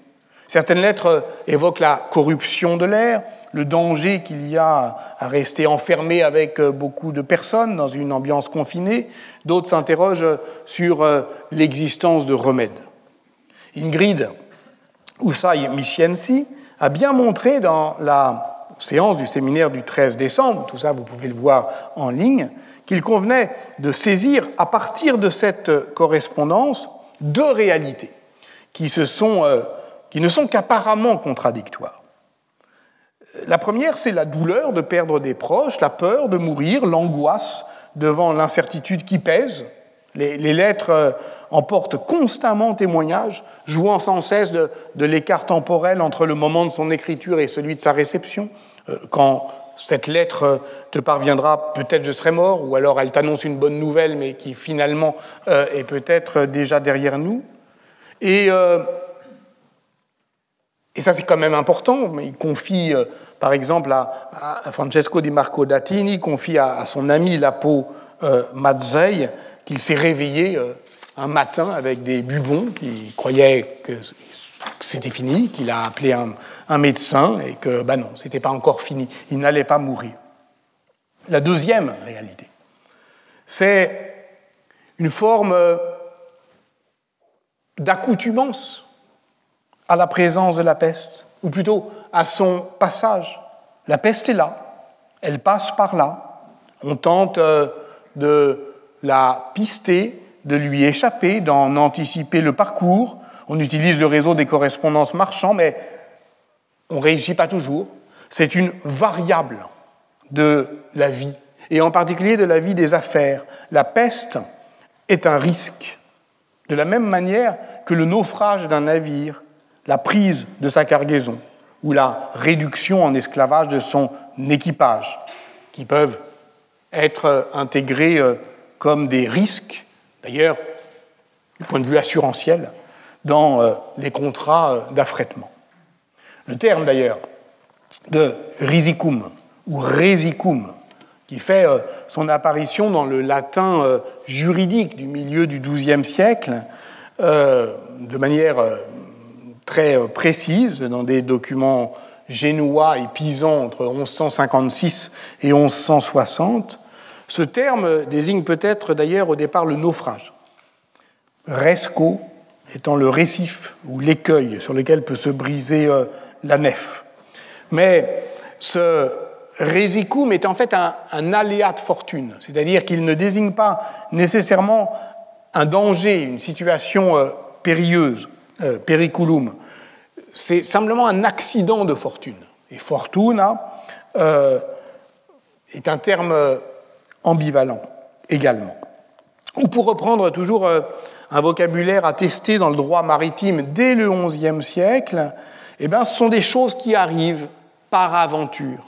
B: Certaines lettres évoquent la corruption de l'air, le danger qu'il y a à rester enfermé avec beaucoup de personnes dans une ambiance confinée. D'autres s'interrogent sur l'existence de remèdes. Ingrid Ussai-Michensi a bien montré dans la séance du séminaire du treize décembre, tout ça vous pouvez le voir en ligne, qu'il convenait de saisir à partir de cette correspondance deux réalités qui, se sont, euh, qui ne sont qu'apparemment contradictoires. La première, c'est la douleur de perdre des proches, la peur de mourir, l'angoisse devant l'incertitude qui pèse. Les, les lettres euh, en portent constamment témoignage, jouant sans cesse de, de l'écart temporel entre le moment de son écriture et celui de sa réception. Euh, quand cette lettre te parviendra, peut-être je serai mort, ou alors elle t'annonce une bonne nouvelle, mais qui finalement euh, est peut-être déjà derrière nous. Et, euh, et ça, c'est quand même important. Il confie, euh, par exemple, à, à Francesco Di Marco d'Atini, il confie à, à son ami Lapo euh, Mazzei qu'il s'est réveillé euh, un matin avec des bubons, qu'il croyait que c'était fini, qu'il a appelé un, un médecin et que, ben non, c'était pas encore fini, il n'allait pas mourir. La deuxième réalité, c'est une forme d'accoutumance à la présence de la peste, ou plutôt à son passage. La peste est là, elle passe par là, on tente de la pister, de lui échapper, d'en anticiper le parcours. On utilise le réseau des correspondances marchands, mais on ne réussit pas toujours. C'est une variable de la vie, et en particulier de la vie des affaires. La peste est un risque, de la même manière que le naufrage d'un navire, la prise de sa cargaison, ou la réduction en esclavage de son équipage, qui peuvent être intégrés comme des risques, d'ailleurs, du point de vue assurantiel, dans euh, les contrats euh, d'affrètement. Le terme, d'ailleurs, de risicum, ou resicum, qui fait euh, son apparition dans le latin euh, juridique du milieu du douzième siècle, euh, de manière euh, très euh, précise, dans des documents génois et pisans entre onze cent cinquante-six et onze cent soixante. Ce terme désigne peut-être d'ailleurs au départ le naufrage. Resco étant le récif ou l'écueil sur lequel peut se briser euh, la nef. Mais ce resicum est en fait un, un aléa de fortune, c'est-à-dire qu'il ne désigne pas nécessairement un danger, une situation euh, périlleuse, euh, periculum. C'est simplement un accident de fortune. Et fortuna euh, est un terme ambivalent également. Ou pour reprendre toujours euh, un vocabulaire attesté dans le droit maritime dès le onzième siècle, eh bien, ce sont des choses qui arrivent par aventure,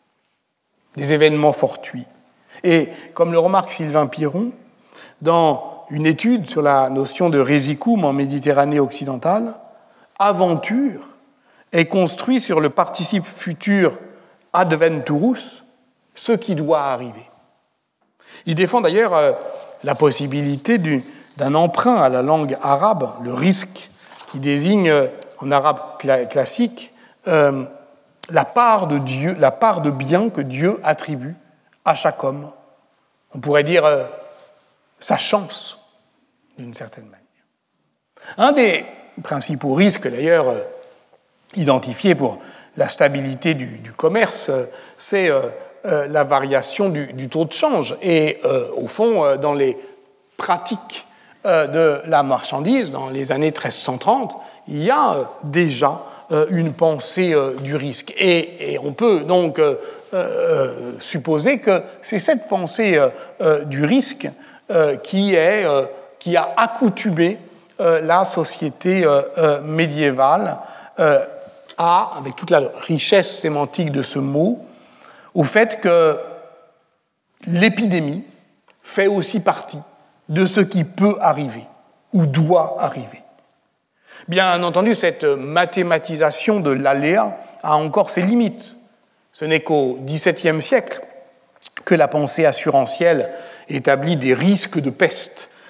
B: des événements fortuits. Et comme le remarque Sylvain Piron, dans une étude sur la notion de resicum en Méditerranée occidentale, aventure est construit sur le participe futur adventurus, ce qui doit arriver. Il défend d'ailleurs euh, la possibilité du, d'un emprunt à la langue arabe, le risque, qui désigne euh, en arabe cla- classique euh, la part de Dieu, la part de bien que Dieu attribue à chaque homme. On pourrait dire euh, sa chance, d'une certaine manière. Un des principaux risques, d'ailleurs, euh, identifiés pour la stabilité du, du commerce, euh, c'est euh, euh, la variation du, du taux de change. Et euh, au fond, euh, dans les pratiques euh, de la marchandise, dans les années treize cent trente, il y a euh, déjà euh, une pensée euh, du risque. Et, et on peut donc euh, euh, supposer que c'est cette pensée euh, euh, du risque euh, qui, est, euh, qui a accoutumé euh, la société euh, euh, médiévale euh, à, avec toute la richesse sémantique de ce mot, au fait que l'épidémie fait aussi partie de ce qui peut arriver ou doit arriver. Bien entendu, cette mathématisation de l'aléa a encore ses limites. Ce n'est qu'au dix-septième siècle que la pensée assurantielle établit des risques de peste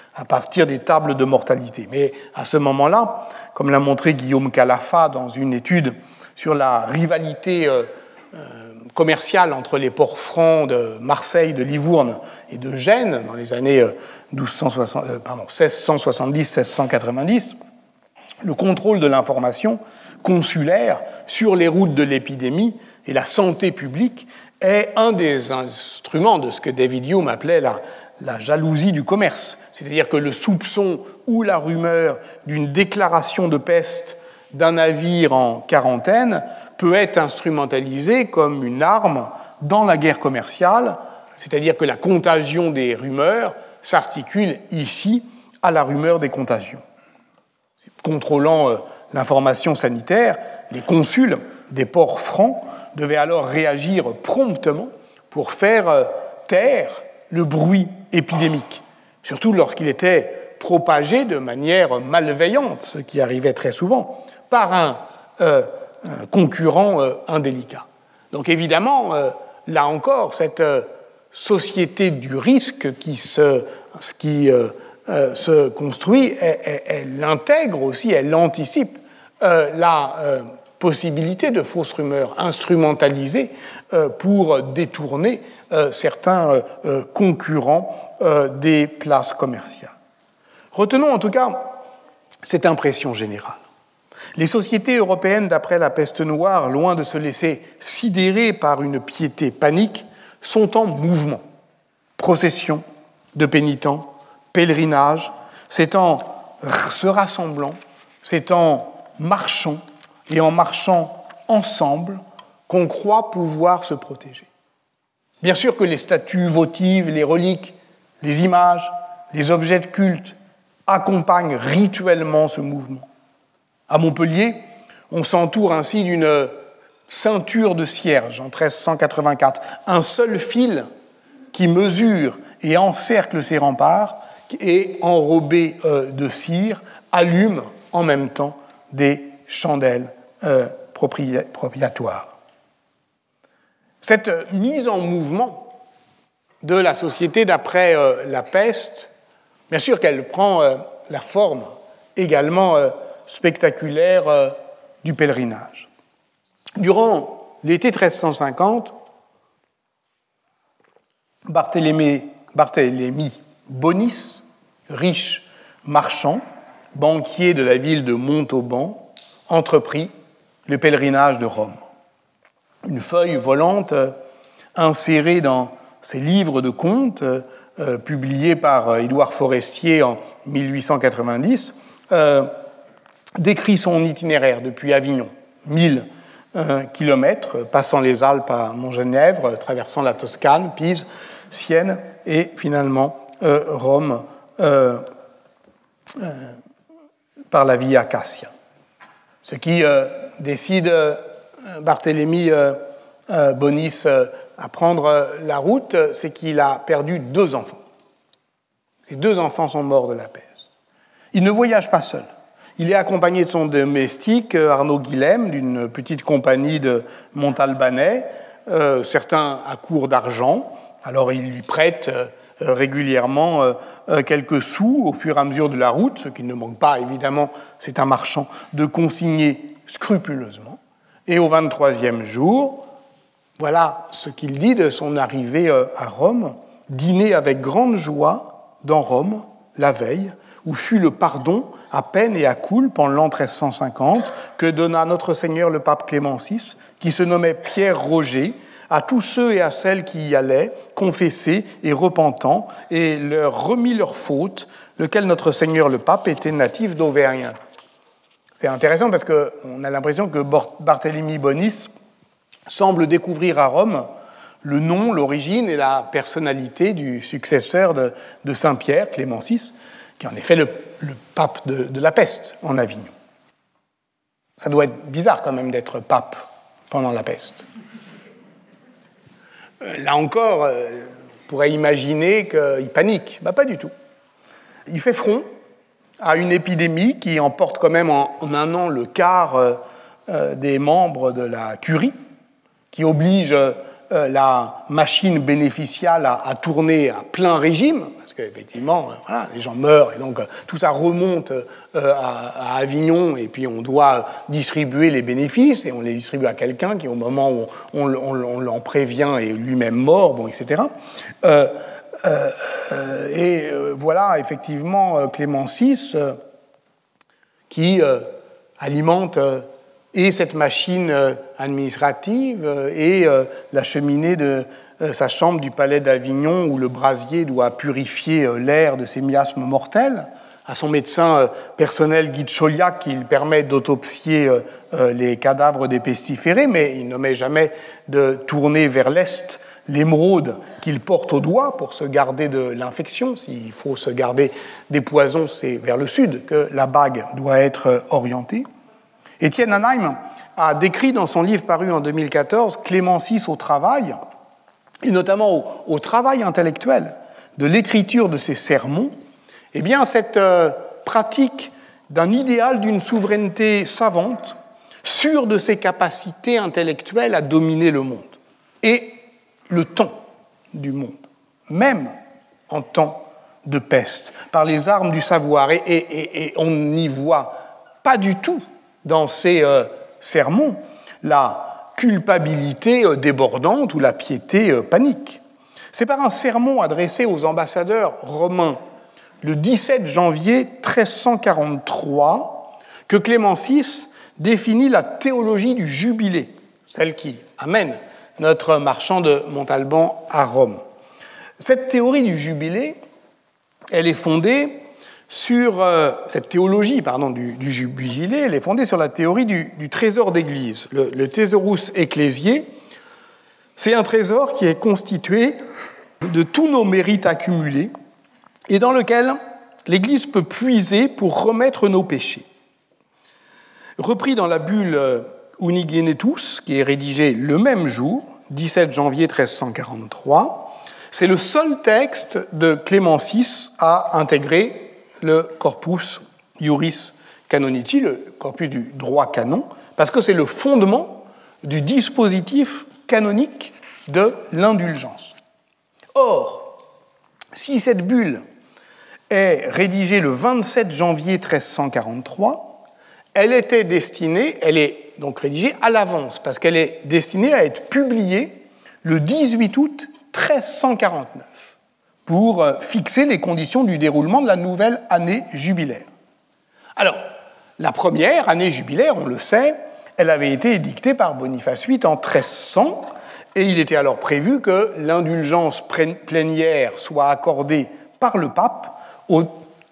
B: à partir des tables de mortalité. Mais à ce moment-là, comme l'a montré Guillaume Calafa dans une étude sur la rivalité euh, euh, commerciale entre les ports francs de Marseille, de Livourne et de Gênes dans les années douze cent soixante, euh, pardon, seize cent soixante-dix seize cent quatre-vingt-dix, le contrôle de l'information consulaire sur les routes de l'épidémie et la santé publique est un des instruments de ce que David Hume appelait la, la jalousie du commerce. C'est-à-dire que le soupçon ou la rumeur d'une déclaration de peste d'un navire en quarantaine peut être instrumentalisé comme une arme dans la guerre commerciale, c'est-à-dire que la contagion des rumeurs s'articule ici à la rumeur des contagions. Contrôlant l'information sanitaire, les consuls des ports francs devaient alors réagir promptement pour faire taire le bruit épidémique, surtout lorsqu'il était propagé de manière malveillante, ce qui arrivait très souvent, par un, euh, un concurrent euh, indélicat. Donc évidemment, euh, là encore, cette euh, société du risque qui se, qui, euh, euh, se construit, elle, elle, elle intègre aussi, elle anticipe euh, la euh, possibilité de fausses rumeurs instrumentalisées euh, pour détourner euh, certains euh, concurrents euh, des places commerciales. Retenons en tout cas cette impression générale. Les sociétés européennes, d'après la peste noire, loin de se laisser sidérer par une piété panique, sont en mouvement. Processions de pénitents, pèlerinages, c'est en se rassemblant, c'est en marchant et en marchant ensemble qu'on croit pouvoir se protéger. Bien sûr que les statues votives, les reliques, les images, les objets de culte accompagnent rituellement ce mouvement. À Montpellier, on s'entoure ainsi d'une ceinture de cierges en treize cent quatre-vingt-quatre, un seul fil qui mesure et encercle ces remparts et, enrobé de cire, allume en même temps des chandelles euh, propitiatoires. Cette mise en mouvement de la société d'après euh, la peste, bien sûr qu'elle prend euh, la forme également euh, spectaculaire euh, du pèlerinage. Durant l'été treize cent cinquante, Barthélemy, Barthélemy Bonis, riche marchand, banquier de la ville de Montauban, entreprit le pèlerinage de Rome. Une feuille volante euh, insérée dans ses livres de contes, euh, publiés par Édouard Forestier en mille huit cent quatre-vingt-dix, euh, décrit son itinéraire depuis Avignon, mille euh, kilomètres, passant les Alpes à Montgenèvre, traversant la Toscane, Pise, Sienne et finalement euh, Rome euh, euh, par la Via Cassia. Ce qui euh, décide euh, Barthélemy euh, euh, Bonis euh, à prendre euh, la route, c'est qu'il a perdu deux enfants. Ces deux enfants sont morts de la peste. Il ne voyage pas seul. Il est accompagné de son domestique, Arnaud Guilhem, d'une petite compagnie de Montalbanais, euh, certains à court d'argent. Alors il lui prête euh, régulièrement euh, quelques sous au fur et à mesure de la route, ce qui ne manque pas, évidemment, c'est un marchand, de consigner scrupuleusement. Et au vingt-troisième jour, voilà ce qu'il dit de son arrivée euh, à Rome, dîner avec grande joie dans Rome, la veille, où fut le pardon à peine et à coulpe en l'an treize cent cinquante que donna notre Seigneur le pape Clément six, qui se nommait Pierre Roger, à tous ceux et à celles qui y allaient, confessés et repentants, et leur remit leurs fautes, lequel notre Seigneur le pape était natif d'Auvergne. C'est intéressant parce qu'on a l'impression que Barthélemy Bonis semble découvrir à Rome le nom, l'origine et la personnalité du successeur de, de Saint-Pierre, Clément six, qui est en effet le, le pape de, de la peste en Avignon. Ça doit être bizarre quand même d'être pape pendant la peste. Là encore, on pourrait imaginer qu'il panique. Ben, pas du tout. Il fait front à une épidémie qui emporte quand même en un an le quart des membres de la curie, qui oblige euh, la machine bénéficiale a, a tourné à plein régime, parce qu'effectivement, euh, voilà, les gens meurent, et donc euh, tout ça remonte euh, à, à Avignon, et puis on doit distribuer les bénéfices, et on les distribue à quelqu'un qui, au moment où on, on, on, on l'en prévient, est lui-même mort, bon, et cetera. Euh, euh, euh, et euh, voilà, effectivement, Clément six, euh, qui euh, alimente... Euh, et cette machine administrative et la cheminée de sa chambre du palais d'Avignon où le brasier doit purifier l'air de ses miasmes mortels, à son médecin personnel Guy de Chauliac qui permet d'autopsier les cadavres des pestiférés, mais il n'omet jamais de tourner vers l'est l'émeraude qu'il porte au doigt pour se garder de l'infection. S'il faut se garder des poisons, c'est vers le sud que la bague doit être orientée. Étienne Hanheim a décrit dans son livre paru en deux mille quatorze Clément six au travail, et notamment au, au travail intellectuel de l'écriture de ses sermons, eh bien, cette euh, pratique d'un idéal d'une souveraineté savante, sûre de ses capacités intellectuelles à dominer le monde et le temps du monde, même en temps de peste, par les armes du savoir. Et, et, et, et on n'y voit pas du tout dans ces euh, sermons la culpabilité euh, débordante ou la piété euh, panique. C'est par un sermon adressé aux ambassadeurs romains le dix-sept janvier treize cent quarante-trois que Clément six définit la théologie du jubilé, celle qui amène notre marchand de Montalban à Rome. Cette théorie du jubilé, elle est fondée sur euh, cette théologie pardon, du, du jubilé, elle est fondée sur la théorie du, du trésor d'Église. Le, le Thesaurus Ecclesiae, c'est un trésor qui est constitué de tous nos mérites accumulés et dans lequel l'Église peut puiser pour remettre nos péchés. Repris dans la bulle Unigenetus, qui est rédigée le même jour, dix-sept janvier treize cent quarante-trois, c'est le seul texte de Clément six à intégrer le corpus iuris canonici, le corpus du droit canon, parce que c'est le fondement du dispositif canonique de l'indulgence. Or, si cette bulle est rédigée le vingt-sept janvier treize cent quarante-trois, elle était destinée, elle est donc rédigée à l'avance, parce qu'elle est destinée à être publiée le dix-huit août treize cent quarante-neuf, pour fixer les conditions du déroulement de la nouvelle année jubilaire. Alors, la première année jubilaire, on le sait, elle avait été édictée par Boniface huit en treize cents, et il était alors prévu que l'indulgence plénière soit accordée par le pape au,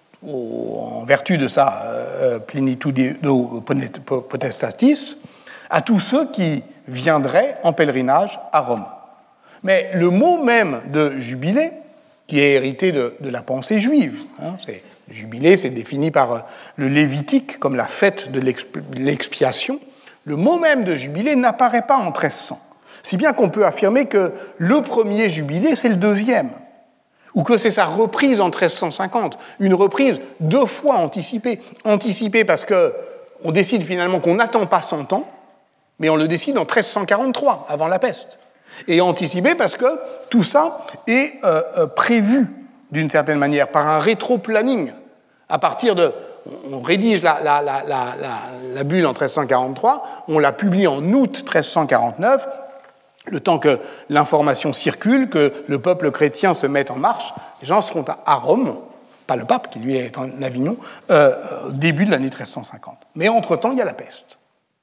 B: au, en vertu de sa euh, plenitudo potestatis à tous ceux qui viendraient en pèlerinage à Rome. Mais le mot même de jubilé, qui est hérité de, de la pensée juive. Hein, c'est, le jubilé, c'est défini par le Lévitique comme la fête de l'expiation. Le mot même de jubilé n'apparaît pas en treize cents, si bien qu'on peut affirmer que le premier jubilé, c'est le deuxième, ou que c'est sa reprise en treize cent cinquante, une reprise deux fois anticipée. Anticipée parce qu'on décide finalement qu'on n'attend pas cent ans, mais on le décide en treize cent quarante-trois, avant la peste. Et anticipé parce que tout ça est euh, euh, prévu d'une certaine manière par un rétro-planning. À partir de... On rédige la, la, la, la, la bulle en treize cent quarante-trois, on la publie en août treize cent quarante-neuf, le temps que l'information circule, que le peuple chrétien se mette en marche, les gens seront à Rome, pas le pape qui lui est en Avignon, euh, au début de l'année treize cent cinquante. Mais entre-temps, il y a la peste.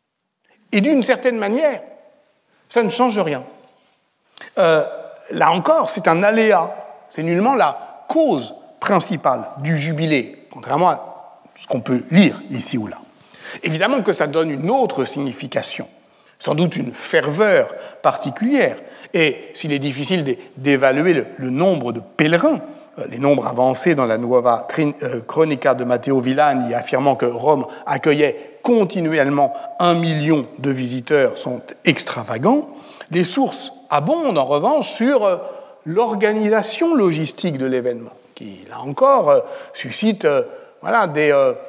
B: Et d'une certaine manière, ça ne change rien. Euh, là encore, c'est un aléa, c'est nullement la cause principale du jubilé, contrairement à ce qu'on peut lire ici ou là. Évidemment que ça donne une autre signification, sans doute une ferveur particulière, et s'il est difficile d'évaluer le, le nombre de pèlerins, les nombres avancés dans la Nuova Chronica de Matteo Villani affirmant que Rome accueillait continuellement un million de visiteurs sont extravagants, les sources abondent en revanche sur l'organisation logistique de l'événement, qui, là encore, suscite voilà, des,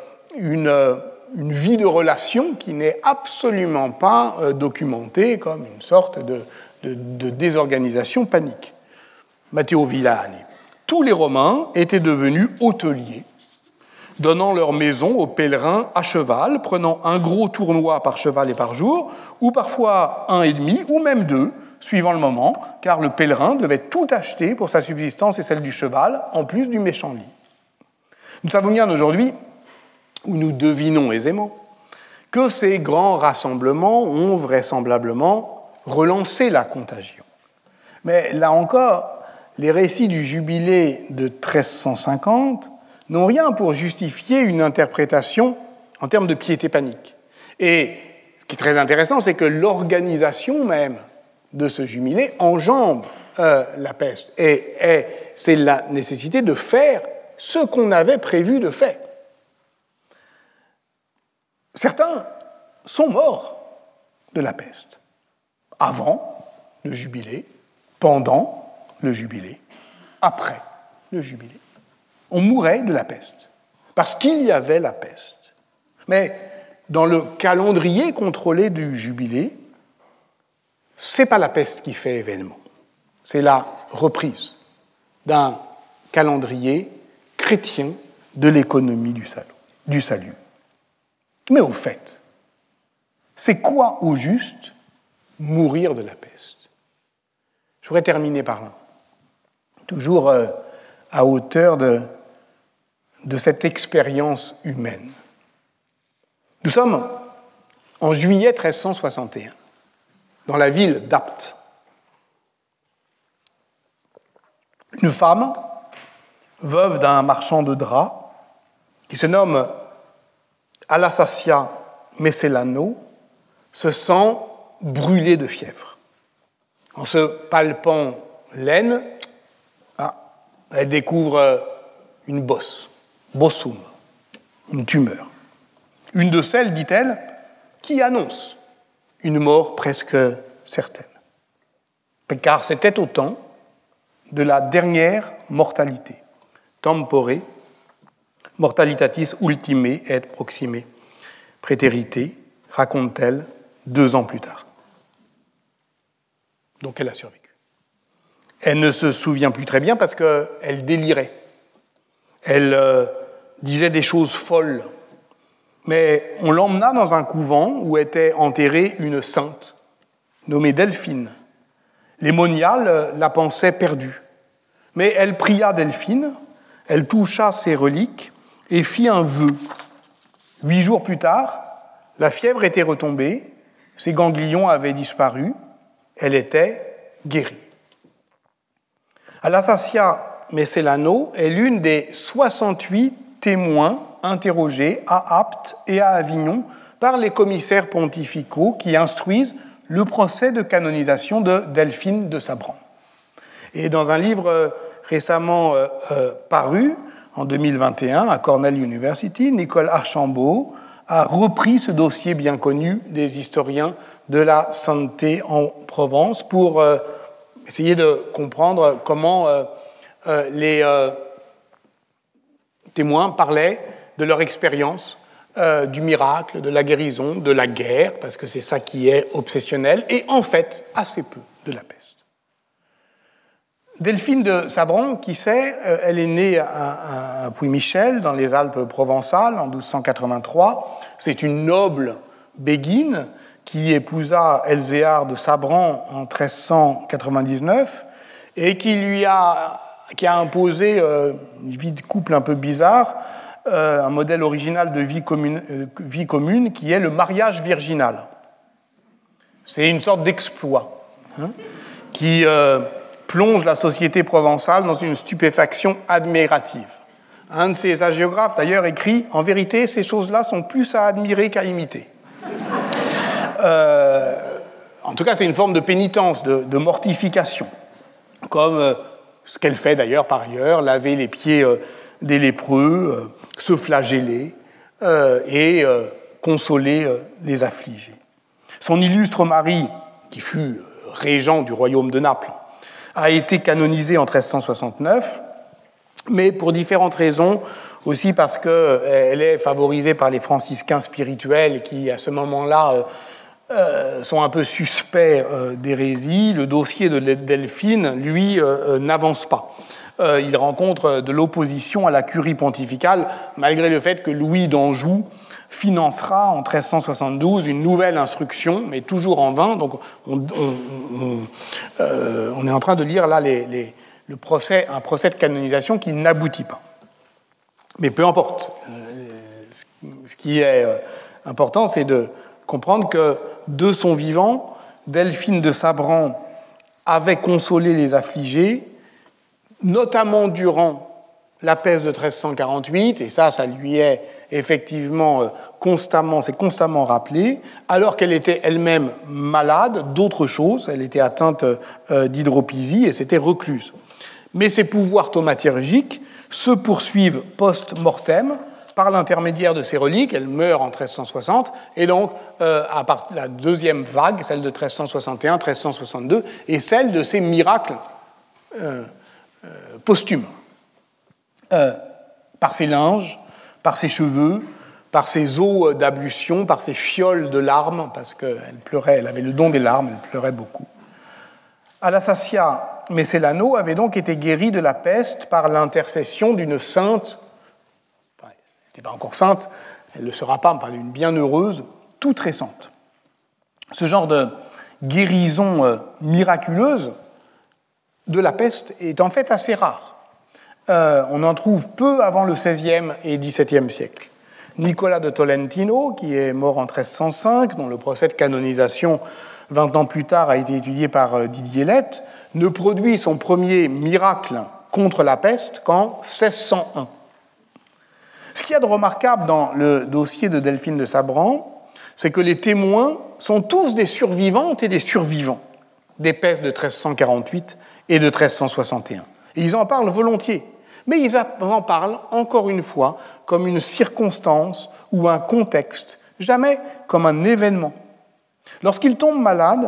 B: une, une vie de relation qui n'est absolument pas documentée comme une sorte de, de, de désorganisation, panique. Matteo Villani. Tous les Romains étaient devenus hôteliers, donnant leur maison aux pèlerins à cheval, prenant un gros tournoi par cheval et par jour, ou parfois un et demi, ou même deux, suivant le moment, car le pèlerin devait tout acheter pour sa subsistance et celle du cheval, en plus du méchant lit. Nous savons bien aujourd'hui, ou nous devinons aisément, que ces grands rassemblements ont vraisemblablement relancé la contagion. Mais là encore, les récits du jubilé de treize cent cinquante n'ont rien pour justifier une interprétation en termes de piété panique. Et ce qui est très intéressant, c'est que l'organisation même de ce jubilé enjambe euh, la peste. Et, et c'est la nécessité de faire ce qu'on avait prévu de faire. Certains sont morts de la peste, avant le jubilé, pendant le jubilé, après le jubilé. On mourait de la peste, parce qu'il y avait la peste. Mais dans le calendrier contrôlé du jubilé, ce n'est pas la peste qui fait événement, c'est la reprise d'un calendrier chrétien de l'économie du salut. Du salut. Mais au fait, c'est quoi au juste mourir de la peste? Je voudrais terminer par là. Toujours euh, à hauteur de, de cette expérience humaine. Nous sommes en juillet treize cent soixante et un, dans la ville d'Apt. Une femme, veuve d'un marchand de draps, qui se nomme Alassasia Messelano, se sent brûlée de fièvre. En se palpant l'aine, ah, elle découvre une bosse, bossum, une tumeur. Une de celles, dit-elle, qui annonce une mort presque certaine. Car c'était au temps de la dernière mortalité, tempore mortalitatis ultime et proxime prétérite, raconte-t-elle deux ans plus tard. Donc elle a survécu. Elle ne se souvient plus très bien parce qu'elle délirait. Elle euh, disait des choses folles. Mais on l'emmena dans un couvent où était enterrée une sainte nommée Delphine. Les moniales la pensaient perdue. Mais elle pria Delphine, elle toucha ses reliques et fit un vœu. Huit jours plus tard, la fièvre était retombée, ses ganglions avaient disparu, elle était guérie. Alassasia Messelano est l'une des soixante-huit témoins interrogés à Apt et à Avignon par les commissaires pontificaux qui instruisent le procès de canonisation de Delphine de Sabran. Et dans un livre récemment euh, euh, paru, en deux mille vingt et un, à Cornell University, Nicole Archambault a repris ce dossier bien connu des historiens de la santé en Provence pour euh, essayer de comprendre comment euh, euh, les euh, témoins parlaient de leur expérience euh, du miracle, de la guérison, de la guerre, parce que c'est ça qui est obsessionnel, et en fait, assez peu de la peste. Delphine de Sabran, qui sait, euh, elle est née à, à Puy-Michel, dans les Alpes provençales, en douze cent quatre-vingt-trois. C'est une noble béguine qui épousa Elzéar de Sabran en treize cent quatre-vingt-dix-neuf et qui lui a, qui a imposé euh, une vie de couple un peu bizarre, euh, un modèle original de vie commune, euh, vie commune qui est le mariage virginal. C'est une sorte d'exploit hein, qui euh, plonge la société provençale dans une stupéfaction admirative. Un de ses hagiographes, d'ailleurs, écrit « En vérité, ces choses-là sont plus à admirer qu'à imiter. » Euh, en tout cas, c'est une forme de pénitence, de, de mortification, comme euh, ce qu'elle fait d'ailleurs par ailleurs, laver les pieds euh, des lépreux, euh, se flageller euh, et euh, consoler euh, les affligés. Son illustre mari, qui fut régent du royaume de Naples, a été canonisé en treize cent soixante-neuf, mais pour différentes raisons, aussi parce qu'elle est favorisée par les franciscains spirituels qui, à ce moment-là, euh, sont un peu suspects euh, d'hérésie. Le dossier de Delphine, lui, euh, n'avance pas. Euh, il rencontre de l'opposition à la curie pontificale, malgré le fait que Louis d'Anjou financera en treize cent soixante-douze une nouvelle instruction, mais toujours en vain. Donc on, on, on, euh, on est en train de lire là les, les, le procès, un procès de canonisation qui n'aboutit pas. Mais peu importe. Ce qui est important, c'est de comprendre que de son vivant, Delphine de Sabran avait consolé les affligés, notamment durant la peste de treize cent quarante-huit, et ça, ça lui est effectivement constamment, c'est constamment rappelé, alors qu'elle était elle-même malade d'autre chose, elle était atteinte d'hydropisie et s'était recluse. Mais ses pouvoirs thaumaturgiques se poursuivent post-mortem par l'intermédiaire de ses reliques. Elle meurt en treize cent soixante, et donc euh, à part la deuxième vague, celle de treize cent soixante et un treize cent soixante-deux, et celle de ses miracles euh, euh, posthumes. Euh, par ses linges, par ses cheveux, par ses eaux d'ablution, par ses fioles de larmes, parce qu'elle pleurait, elle avait le don des larmes, elle pleurait beaucoup. Alassasia Messelano avait donc été guérie de la peste par l'intercession d'une sainte, enfin, elle n'était pas encore sainte, elle ne le sera pas, enfin d'une bienheureuse, toute récente. Ce genre de guérison miraculeuse de la peste est en fait assez rare. Euh, on en trouve peu avant le seizième et dix-septième siècle. Nicolas de Tolentino, qui est mort en treize cent cinq, dont le procès de canonisation vingt ans plus tard a été étudié par Didier Lett, ne produit son premier miracle contre la peste qu'en seize cent un. Ce qu'il y a de remarquable dans le dossier de Delphine de Sabran, c'est que les témoins sont tous des survivantes et des survivants des pestes de treize cent quarante-huit et de treize cent soixante et un. Et ils en parlent volontiers, mais ils en parlent encore une fois comme une circonstance ou un contexte, jamais comme un événement. Lorsqu'ils tombent malades,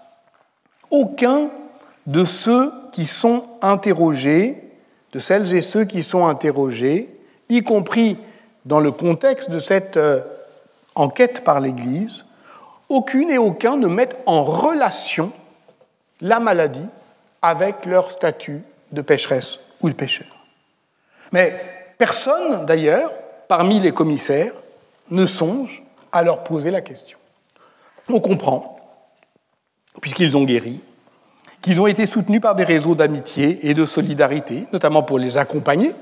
B: aucun de ceux qui sont interrogés, de celles et ceux qui sont interrogés, y compris dans le contexte de cette euh, enquête par l'Église, aucune et aucun ne mettent en relation la maladie avec leur statut de pécheresse ou de pécheur. Mais personne, d'ailleurs, parmi les commissaires, ne songe à leur poser la question. On comprend, puisqu'ils ont guéri, qu'ils ont été soutenus par des réseaux d'amitié et de solidarité, notamment pour les accompagner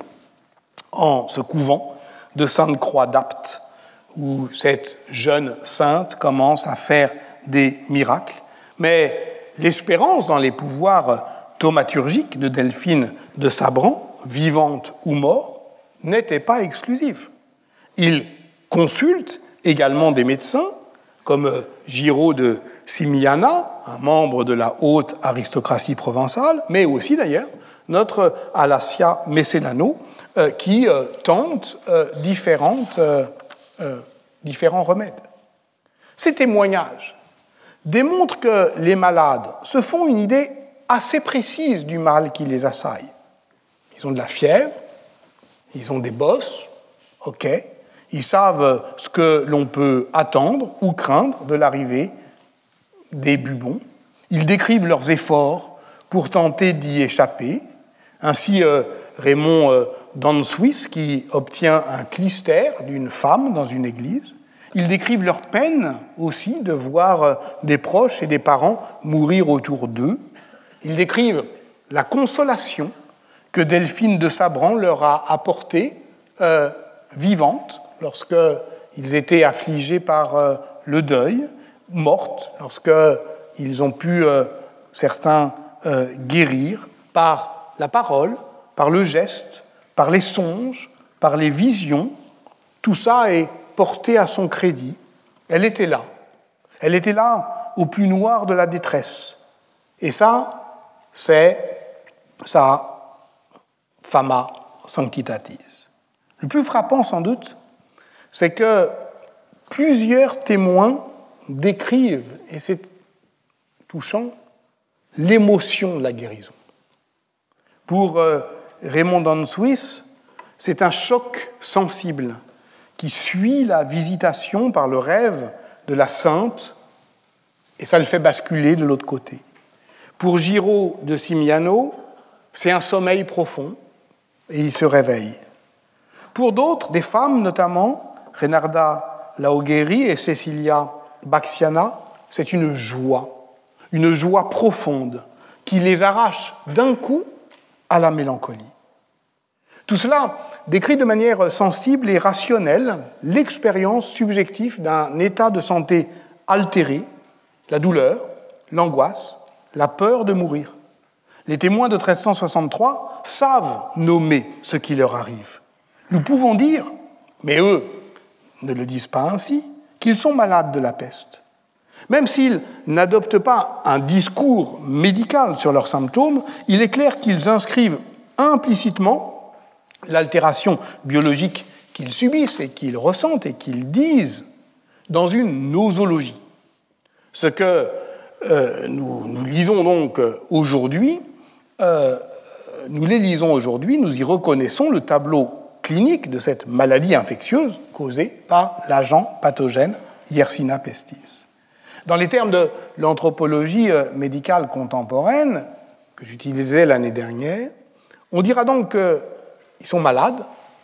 B: en ce couvent de Sainte-Croix d'Apt, où cette jeune sainte commence à faire des miracles. Mais l'espérance dans les pouvoirs thaumaturgiques de Delphine de Sabran, vivante ou morte, n'était pas exclusive. Il consulte également des médecins, comme Giraud de Simiana, un membre de la haute aristocratie provençale, mais aussi d'ailleurs notre Alassasia Messelano, euh, qui euh, tente euh, différentes, euh, euh, différents remèdes. Ces témoignages démontrent que les malades se font une idée assez précise du mal qui les assaille. Ils ont de la fièvre, ils ont des bosses, ok, ils savent ce que l'on peut attendre ou craindre de l'arrivée des bubons. Ils décrivent leurs efforts pour tenter d'y échapper. Ainsi, euh, Raymond euh, d'Ansuis, qui obtient un clistère d'une femme dans une église. Ils décrivent leur peine aussi de voir euh, des proches et des parents mourir autour d'eux. Ils décrivent la consolation que Delphine de Sabran leur a apportée, euh, vivante, lorsqu'ils étaient affligés par euh, le deuil, morte, lorsqu'ils ont pu, euh, certains, euh, guérir par la parole, par le geste, par les songes, par les visions. Tout ça est porté à son crédit. Elle était là. Elle était là au plus noir de la détresse. Et ça, c'est sa fama sanctitatis. Le plus frappant, sans doute, c'est que plusieurs témoins décrivent, et c'est touchant, l'émotion de la guérison. Pour euh, Raymond d'Ansuis, c'est un choc sensible qui suit la visitation par le rêve de la sainte et ça le fait basculer de l'autre côté. Pour Giraud de Simiano, c'est un sommeil profond, et il se réveille. Pour d'autres, des femmes notamment, Renarda Laogheri et Cecilia Baxiana, c'est une joie, une joie profonde qui les arrache d'un coup à la mélancolie. Tout cela décrit de manière sensible et rationnelle l'expérience subjective d'un état de santé altéré, la douleur, l'angoisse, la peur de mourir. Les témoins de treize cent soixante-trois savent nommer ce qui leur arrive. Nous pouvons dire, mais eux ne le disent pas ainsi, qu'ils sont malades de la peste. Même s'ils n'adoptent pas un discours médical sur leurs symptômes, il est clair qu'ils inscrivent implicitement l'altération biologique qu'ils subissent et qu'ils ressentent et qu'ils disent dans une nosologie. Ce que euh, nous, nous lisons donc aujourd'hui, euh, nous les lisons aujourd'hui, nous y reconnaissons le tableau clinique de cette maladie infectieuse causée par l'agent pathogène Yersinia pestis. Dans les termes de l'anthropologie médicale contemporaine, que j'utilisais l'année dernière, on dira donc qu'ils sont malades,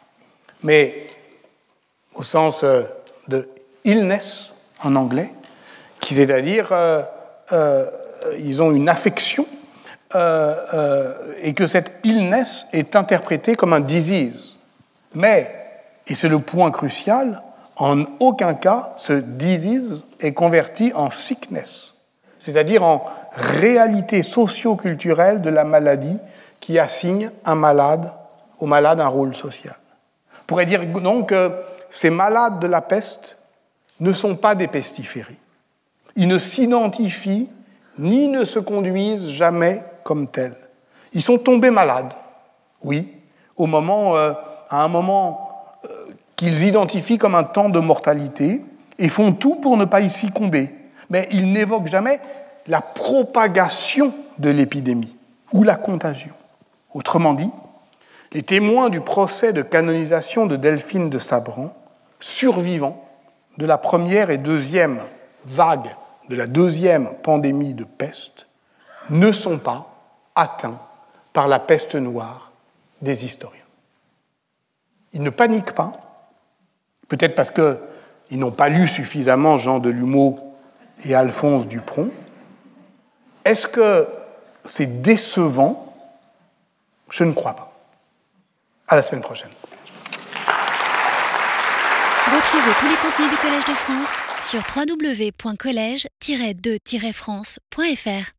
B: mais au sens de illness en anglais, qui c'est-à-dire euh, euh, ils ont une affection euh, euh, et que cette illness est interprétée comme un disease. Mais, et c'est le point crucial, en aucun cas ce disease est converti en sickness, c'est-à-dire en réalité socio-culturelle de la maladie qui assigne un malade, au malade un rôle social. On pourrait dire donc que ces malades de la peste ne sont pas des pestiférés. Ils ne s'identifient ni ne se conduisent jamais comme tels. Ils sont tombés malades, oui, au moment, euh, à un moment euh, qu'ils identifient comme un temps de mortalité et font tout pour ne pas y succomber. Mais ils n'évoquent jamais la propagation de l'épidémie ou la contagion. Autrement dit, les témoins du procès de canonisation de Delphine de Sabran, survivants de la première et deuxième vague, de la deuxième pandémie de peste, ne sont pas atteints par la peste noire des historiens. Ils ne paniquent pas, peut-être parce qu'ils n'ont pas lu suffisamment Jean Delumeau et Alphonse Dupron. Est-ce que c'est décevant ? Je ne crois pas. À la semaine prochaine.
A: Retrouvez tous les contenus du Collège de France sur w w w point collège tiret de tiret france point f r.